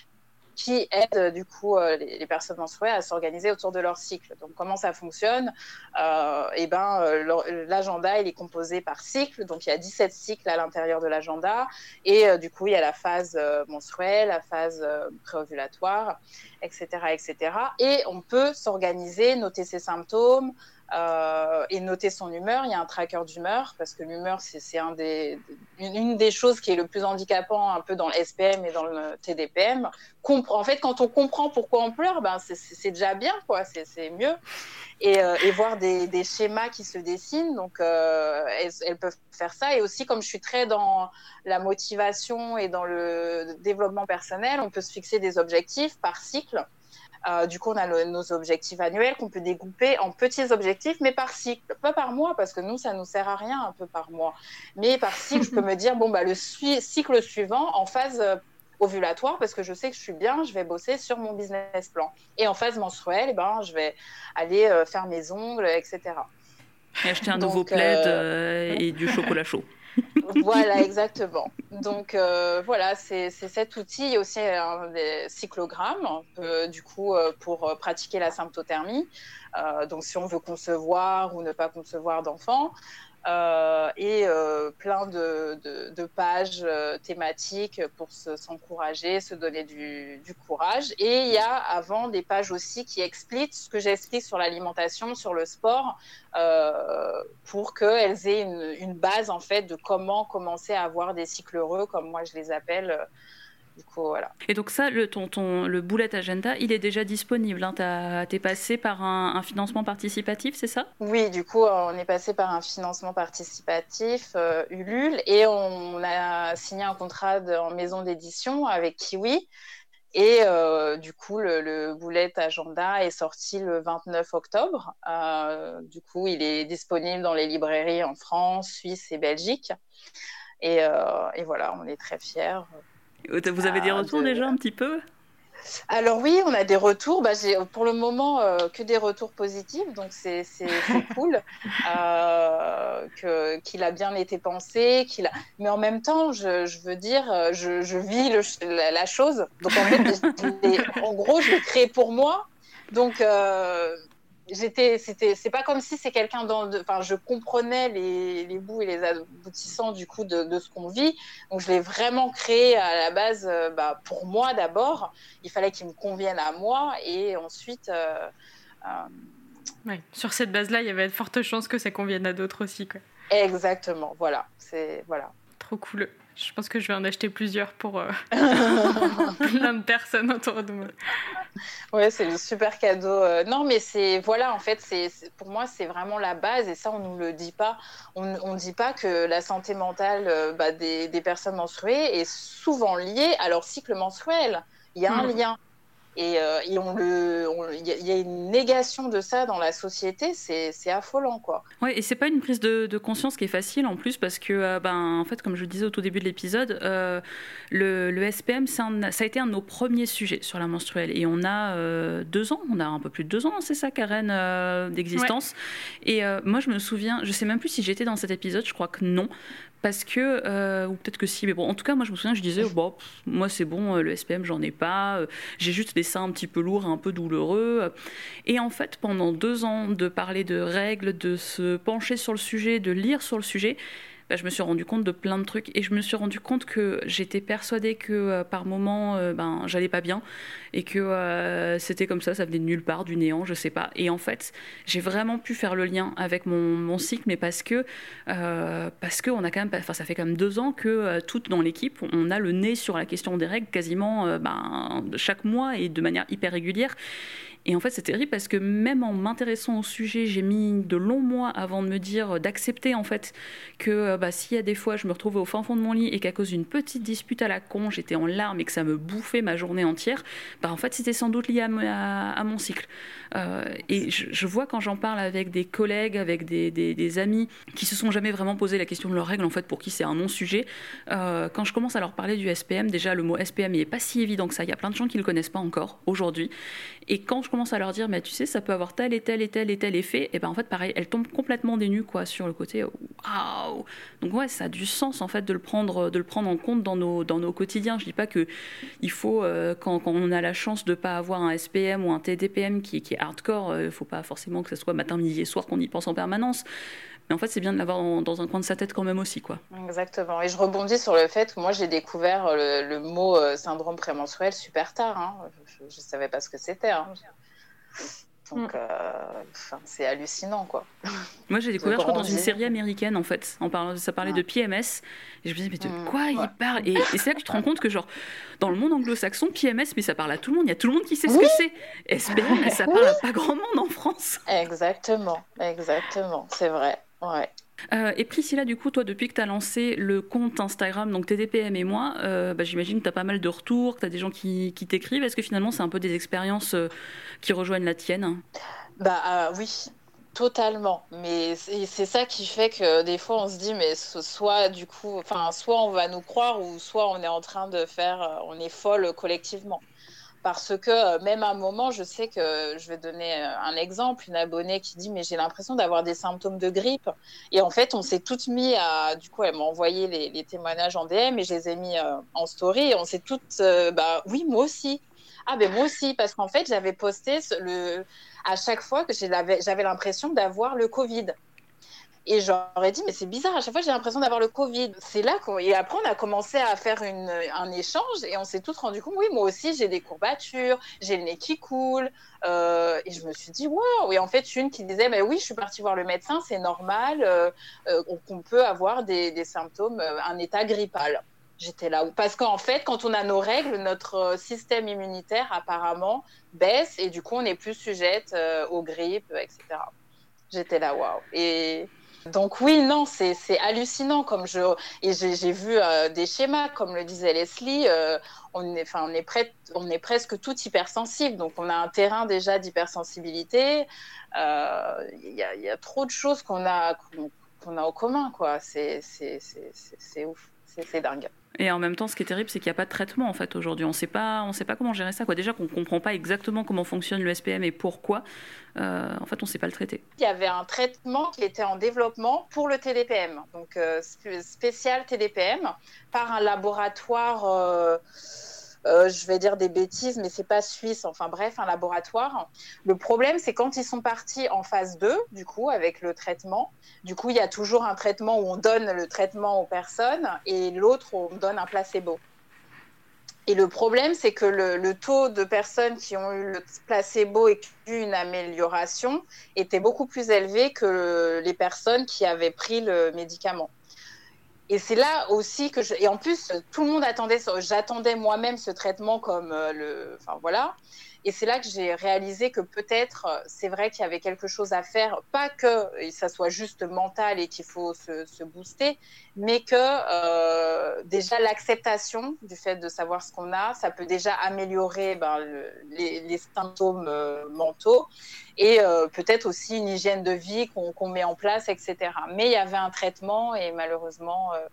qui aide du coup euh, les, les personnes menstruées à s'organiser autour de leur cycle. Donc comment ça fonctionne euh, et ben, euh, l'agenda il est composé par cycle, donc il y a dix-sept cycles à l'intérieur de l'agenda et euh, du coup il y a la phase euh, menstruelle, la phase euh, préovulatoire, et cetera, et cetera. Et on peut s'organiser, noter ses symptômes, Euh, et noter son humeur. Il y a un tracker d'humeur parce que l'humeur c'est, c'est un des, une des choses qui est le plus handicapant un peu dans le S P M et dans le T D P M. Compre- en fait quand on comprend pourquoi on pleure, ben c'est, c'est, c'est déjà bien quoi, c'est, c'est mieux et, euh, et voir des, des schémas qui se dessinent, donc euh, elles, elles peuvent faire ça. Et aussi comme je suis très dans la motivation et dans le développement personnel, on peut se fixer des objectifs par cycle. Euh, du coup, on a le, nos objectifs annuels qu'on peut découper en petits objectifs, mais par cycle, pas par mois, parce que nous, ça ne nous sert à rien un peu par mois. Mais par cycle, je peux me dire, bon, bah, le su- cycle suivant, en phase euh, ovulatoire, parce que je sais que je suis bien, je vais bosser sur mon business plan. Et en phase menstruelle, eh ben, je vais aller euh, faire mes ongles, et cetera. Et acheter un Donc, nouveau plaid euh... et du chocolat chaud. Voilà, exactement. Donc euh, voilà, c'est, c'est cet outil. Il y a aussi un des cyclogrammes, euh, du coup, euh, pour pratiquer la symptothermie. Euh, donc si on veut concevoir ou ne pas concevoir d'enfants. Euh, et euh, plein de, de, de pages euh, thématiques pour se, s'encourager, se donner du, du courage. Et il y a avant des pages aussi qui expliquent ce que j'explique sur l'alimentation, sur le sport, euh, pour qu'elles aient une, une base en fait de comment commencer à avoir des cycles heureux, comme moi je les appelle. Du coup, voilà. Et donc ça, le, ton, ton, le bullet agenda, il est déjà disponible. Hein. T'as, t'es passé par un, un financement participatif, c'est ça ? Oui, du coup, on est passé par un financement participatif, euh, Ulule, et on a signé un contrat de, en maison d'édition avec Kiwi. Et euh, du coup, le, le bullet agenda est sorti le vingt-neuf octobre. Euh, du coup, il est disponible dans les librairies en France, Suisse et Belgique. Et, euh, et voilà, on est très fiers. Vous avez des retours de... déjà un petit peu ? Alors oui, on a des retours. Bah, j'ai pour le moment euh, que des retours positifs, donc c'est, c'est, c'est cool euh, que, qu'il a bien été pensé. Qu'il a... Mais en même temps, je, je veux dire, je, je vis le, la, la chose. Donc en fait, je, en gros, je l'ai créé pour moi. Donc euh, j'étais, c'était, c'est pas comme si c'est quelqu'un dans, enfin, je comprenais les, les bouts et les aboutissants du coup de, de ce qu'on vit. Donc je l'ai vraiment créé à la base, euh, bah, pour moi d'abord. Il fallait qu'il me convienne à moi et ensuite. Euh, euh... Ouais, sur cette base-là, il y avait de fortes chances que ça convienne à d'autres aussi, quoi. Exactement. Voilà, c'est voilà. Trop cool. Je pense que je vais en acheter plusieurs pour euh... plein de personnes autour de moi. Ouais, c'est le super cadeau. Non, mais c'est voilà, en fait, c'est, c'est pour moi, c'est vraiment la base et ça, on nous le dit pas. On on dit pas que la santé mentale euh, bah, des des personnes menstruées est souvent liée à leur cycle menstruel. Il y a un mmh. lien. Et, euh, et on le, il y, y a une négation de ça dans la société, c'est, c'est affolant, quoi. Ouais, et c'est pas une prise de, de conscience qui est facile en plus parce que, euh, ben, en fait, comme je le disais au tout début de l'épisode, euh, le, le S P M, c'est un, ça a été un de nos premiers sujets sur la menstruelle et on a euh, deux ans, on a un peu plus de deux ans, c'est ça, Karen, euh, d'existence. Ouais. Et euh, moi, je me souviens, je sais même plus si j'étais dans cet épisode, je crois que non. Parce que, euh, ou peut-être que si, mais bon, en tout cas, moi je me souviens, je disais, bon, pff, moi c'est bon, le S P M, j'en ai pas, euh, j'ai juste des seins un petit peu lourds, un peu douloureux. Et en fait, pendant deux ans de parler de règles, de se pencher sur le sujet, de lire sur le sujet, bah, je me suis rendu compte de plein de trucs et je me suis rendu compte que j'étais persuadée que euh, par moments, euh, ben, j'allais pas bien et que euh, c'était comme ça, ça venait de nulle part, du néant, je sais pas. Et en fait, j'ai vraiment pu faire le lien avec mon, mon cycle, mais parce que euh, parce que on a quand même, enfin, ça fait quand même deux ans que euh, toutes dans l'équipe, on a le nez sur la question des règles quasiment euh, ben, chaque mois et de manière hyper régulière. Et en fait, c'est terrible parce que même en m'intéressant au sujet, j'ai mis de longs mois avant de me dire, d'accepter en fait que bah, s'il y a des fois, je me retrouvais au fin fond de mon lit et qu'à cause d'une petite dispute à la con, j'étais en larmes et que ça me bouffait ma journée entière, bah, en fait, c'était sans doute lié à, à, à mon cycle. Euh, et je, je vois quand j'en parle avec des collègues, avec des, des, des amis qui se sont jamais vraiment posé la question de leurs règles, en fait, pour qui c'est un non-sujet, euh, quand je commence à leur parler du S P M, déjà, le mot S P M, il n'est pas si évident que ça. Il y a plein de gens qui ne le connaissent pas encore aujourd'hui. Et quand je commence à leur dire, mais tu sais, ça peut avoir tel et tel et tel et tel effet, et ben en fait, pareil, elles tombent complètement des nues, quoi, sur le côté waouh. Donc ouais, ça a du sens en fait de le prendre, de le prendre en compte dans nos, dans nos quotidiens. Je dis pas que il faut euh, quand, quand on a la chance de pas avoir un S P M ou un T D P M qui, qui est hardcore, il euh, faut pas forcément que ce soit matin, midi et soir qu'on y pense en permanence. Mais en fait, c'est bien de l'avoir dans, dans un coin de sa tête quand même aussi, quoi. Exactement. Et je rebondis sur le fait que moi, j'ai découvert le, le mot euh, syndrome prémenstruel super tard. Hein. Je ne savais pas ce que c'était. Hein. Donc, mm. euh, c'est hallucinant, quoi. Moi, j'ai découvert, je crois, dans une série américaine, en fait. En parlant, ça parlait mm. de P M S. Et je me disais, mais de mm. quoi ouais. il parle et, et c'est là que tu te rends compte que, genre, dans le monde anglo-saxon, P M S, mais ça parle à tout le monde. Il y a tout le monde qui sait ce oui. que c'est. S P M, ça parle oui. à pas grand monde en France. Exactement, exactement. C'est vrai. Ouais. Euh, et Priscilla, du coup, toi, depuis que tu as lancé le compte Instagram, donc T D P M et moi, euh, bah, j'imagine que tu as pas mal de retours, que tu as des gens qui, qui t'écrivent. Est-ce que finalement, c'est un peu des expériences euh, qui rejoignent la tienne ? Bah euh, oui, totalement. Mais c'est, c'est ça qui fait que des fois, on se dit, mais soit du coup, enfin, soit on va nous croire ou soit on est en train de faire, on est folle collectivement. Parce que euh, même à un moment, je sais que, je vais donner un exemple, une abonnée qui dit « mais j'ai l'impression d'avoir des symptômes de grippe ». Et en fait, on s'est toutes mis à… Du coup, elle m'a envoyé les, les témoignages en D M et je les ai mis euh, en story. Et on s'est toutes… Euh, bah oui, moi aussi. Ah ben moi aussi, parce qu'en fait, j'avais posté ce, le, à chaque fois que j'avais, j'avais l'impression d'avoir le Covid. Et j'aurais dit, mais c'est bizarre, à chaque fois j'ai l'impression d'avoir le Covid. C'est là qu'on... Et après, on a commencé à faire une, un échange et on s'est tous rendu compte, oui, moi aussi j'ai des courbatures, j'ai le nez qui coule. Euh, et je me suis dit, waouh! Et en fait, une qui disait, mais oui, je suis partie voir le médecin, c'est normal, euh, euh, qu'on peut avoir des, des symptômes, euh, un état grippal. J'étais là. Parce qu'en fait, quand on a nos règles, notre système immunitaire apparemment baisse et du coup, on est plus sujette euh, aux grippes, et cetera. J'étais là, waouh! Et. Donc oui, non, c'est, c'est hallucinant. Comme je, et j'ai, j'ai vu euh, des schémas, comme le disait Leslie, euh, on, est, on, est prêt, on est presque tout hypersensible. Donc on a un terrain déjà d'hypersensibilité. Il euh, y, y a trop de choses qu'on a, qu'on, qu'on a en commun, quoi. C'est, c'est, c'est, c'est, c'est ouf, c'est, c'est dingue. Et en même temps, ce qui est terrible, c'est qu'il n'y a pas de traitement en fait aujourd'hui. On ne sait pas, on sait pas comment gérer ça, quoi. Déjà qu'on ne comprend pas exactement comment fonctionne le S P M et pourquoi. Euh, en fait, on ne sait pas le traiter. Il y avait un traitement qui était en développement pour le T D P M, donc euh, spécial T D P M, par un laboratoire. Euh, Euh, je vais dire des bêtises, mais c'est pas suisse, enfin bref, un laboratoire. Le problème, c'est quand ils sont partis en phase deux, du coup, avec le traitement, du coup, il y a toujours un traitement où on donne le traitement aux personnes et l'autre, on donne un placebo. Et le problème, c'est que le, le taux de personnes qui ont eu le placebo et qui ont eu une amélioration était beaucoup plus élevé que les personnes qui avaient pris le médicament. Et c'est là aussi que je... Et en plus, tout le monde attendait... J'attendais moi-même ce traitement comme euh, le... Enfin, voilà. Et c'est là que j'ai réalisé que peut-être, c'est vrai qu'il y avait quelque chose à faire. Pas que ça soit juste mental et qu'il faut se, se booster, mais que euh, déjà l'acceptation du fait de savoir ce qu'on a, ça peut déjà améliorer ben, le, les, les symptômes euh, mentaux et euh, peut-être aussi une hygiène de vie qu'on, qu'on met en place, et cetera. Mais il y avait un traitement et malheureusement... Euh,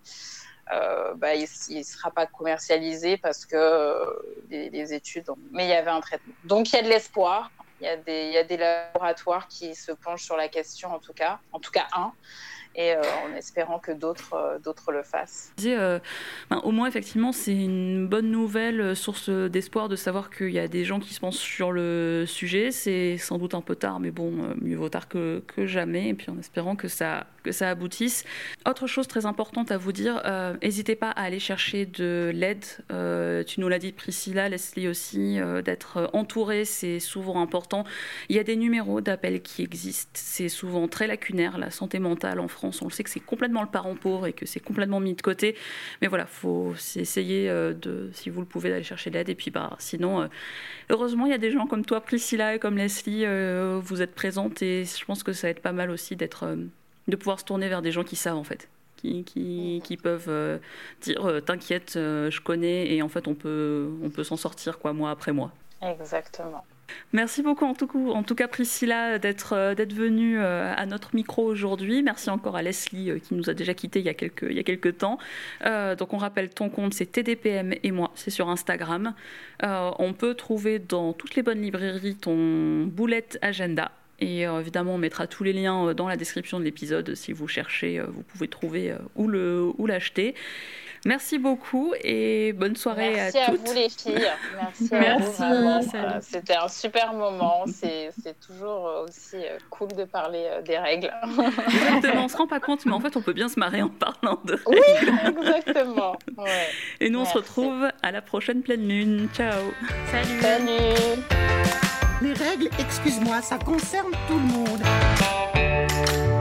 Euh, bah, il ne sera pas commercialisé parce que euh, les, les études... Ont... Mais il y avait un traitement. Donc, il y a de l'espoir. Il y a des, il y a des laboratoires qui se penchent sur la question, en tout cas. En tout cas, un. Et euh, en espérant que d'autres, euh, d'autres le fassent. Euh, ben, au moins, effectivement, c'est une bonne nouvelle, source d'espoir de savoir qu'il y a des gens qui se pensent sur le sujet. C'est sans doute un peu tard, mais bon, mieux vaut tard que, que jamais. Et puis en espérant que ça, que ça aboutisse. Autre chose très importante à vous dire, euh, n'hésitez pas à aller chercher de l'aide. Euh, tu nous l'as dit, Priscilla, Leslie aussi, euh, d'être entouré, c'est souvent important. Il y a des numéros d'appel qui existent. C'est souvent très lacunaire, la santé mentale en France. On le sait que c'est complètement le parent pauvre et que c'est complètement mis de côté. Mais voilà, il faut essayer, de, si vous le pouvez, d'aller chercher de l'aide. Et puis, bah, sinon, euh, heureusement, il y a des gens comme toi, Priscilla, et comme Leslie, euh, vous êtes présentes. Et je pense que ça va être pas mal aussi d'être, euh, de pouvoir se tourner vers des gens qui savent, en fait. Qui, qui, qui peuvent euh, dire euh, « T'inquiète, euh, je connais. » Et en fait, on peut, on peut s'en sortir, quoi, mois après mois. Exactement. Merci beaucoup en tout, coup, en tout cas Priscilla d'être, d'être venue à notre micro aujourd'hui. Merci encore à Leslie qui nous a déjà quittés il y a quelques, il y a quelques temps. Euh, donc on rappelle, ton compte c'est T D P M et moi, c'est sur Instagram. Euh, on peut trouver dans toutes les bonnes librairies ton bullet agenda. Et euh, évidemment, on mettra tous les liens dans la description de l'épisode. Si vous cherchez, vous pouvez trouver où, le, où l'acheter. Merci beaucoup et bonne soirée Merci à toutes. Merci à vous les filles. Merci à Merci, vous vraiment. salut. C'était un super moment. C'est, c'est toujours aussi cool de parler des règles. Exactement, on ne se rend pas compte, mais en fait, on peut bien se marrer en parlant de règles. Oui, exactement. Ouais. Et nous, on Merci. se retrouve à la prochaine pleine lune. Ciao. Salut. Salut. Les règles, excuse-moi, ça concerne tout le monde.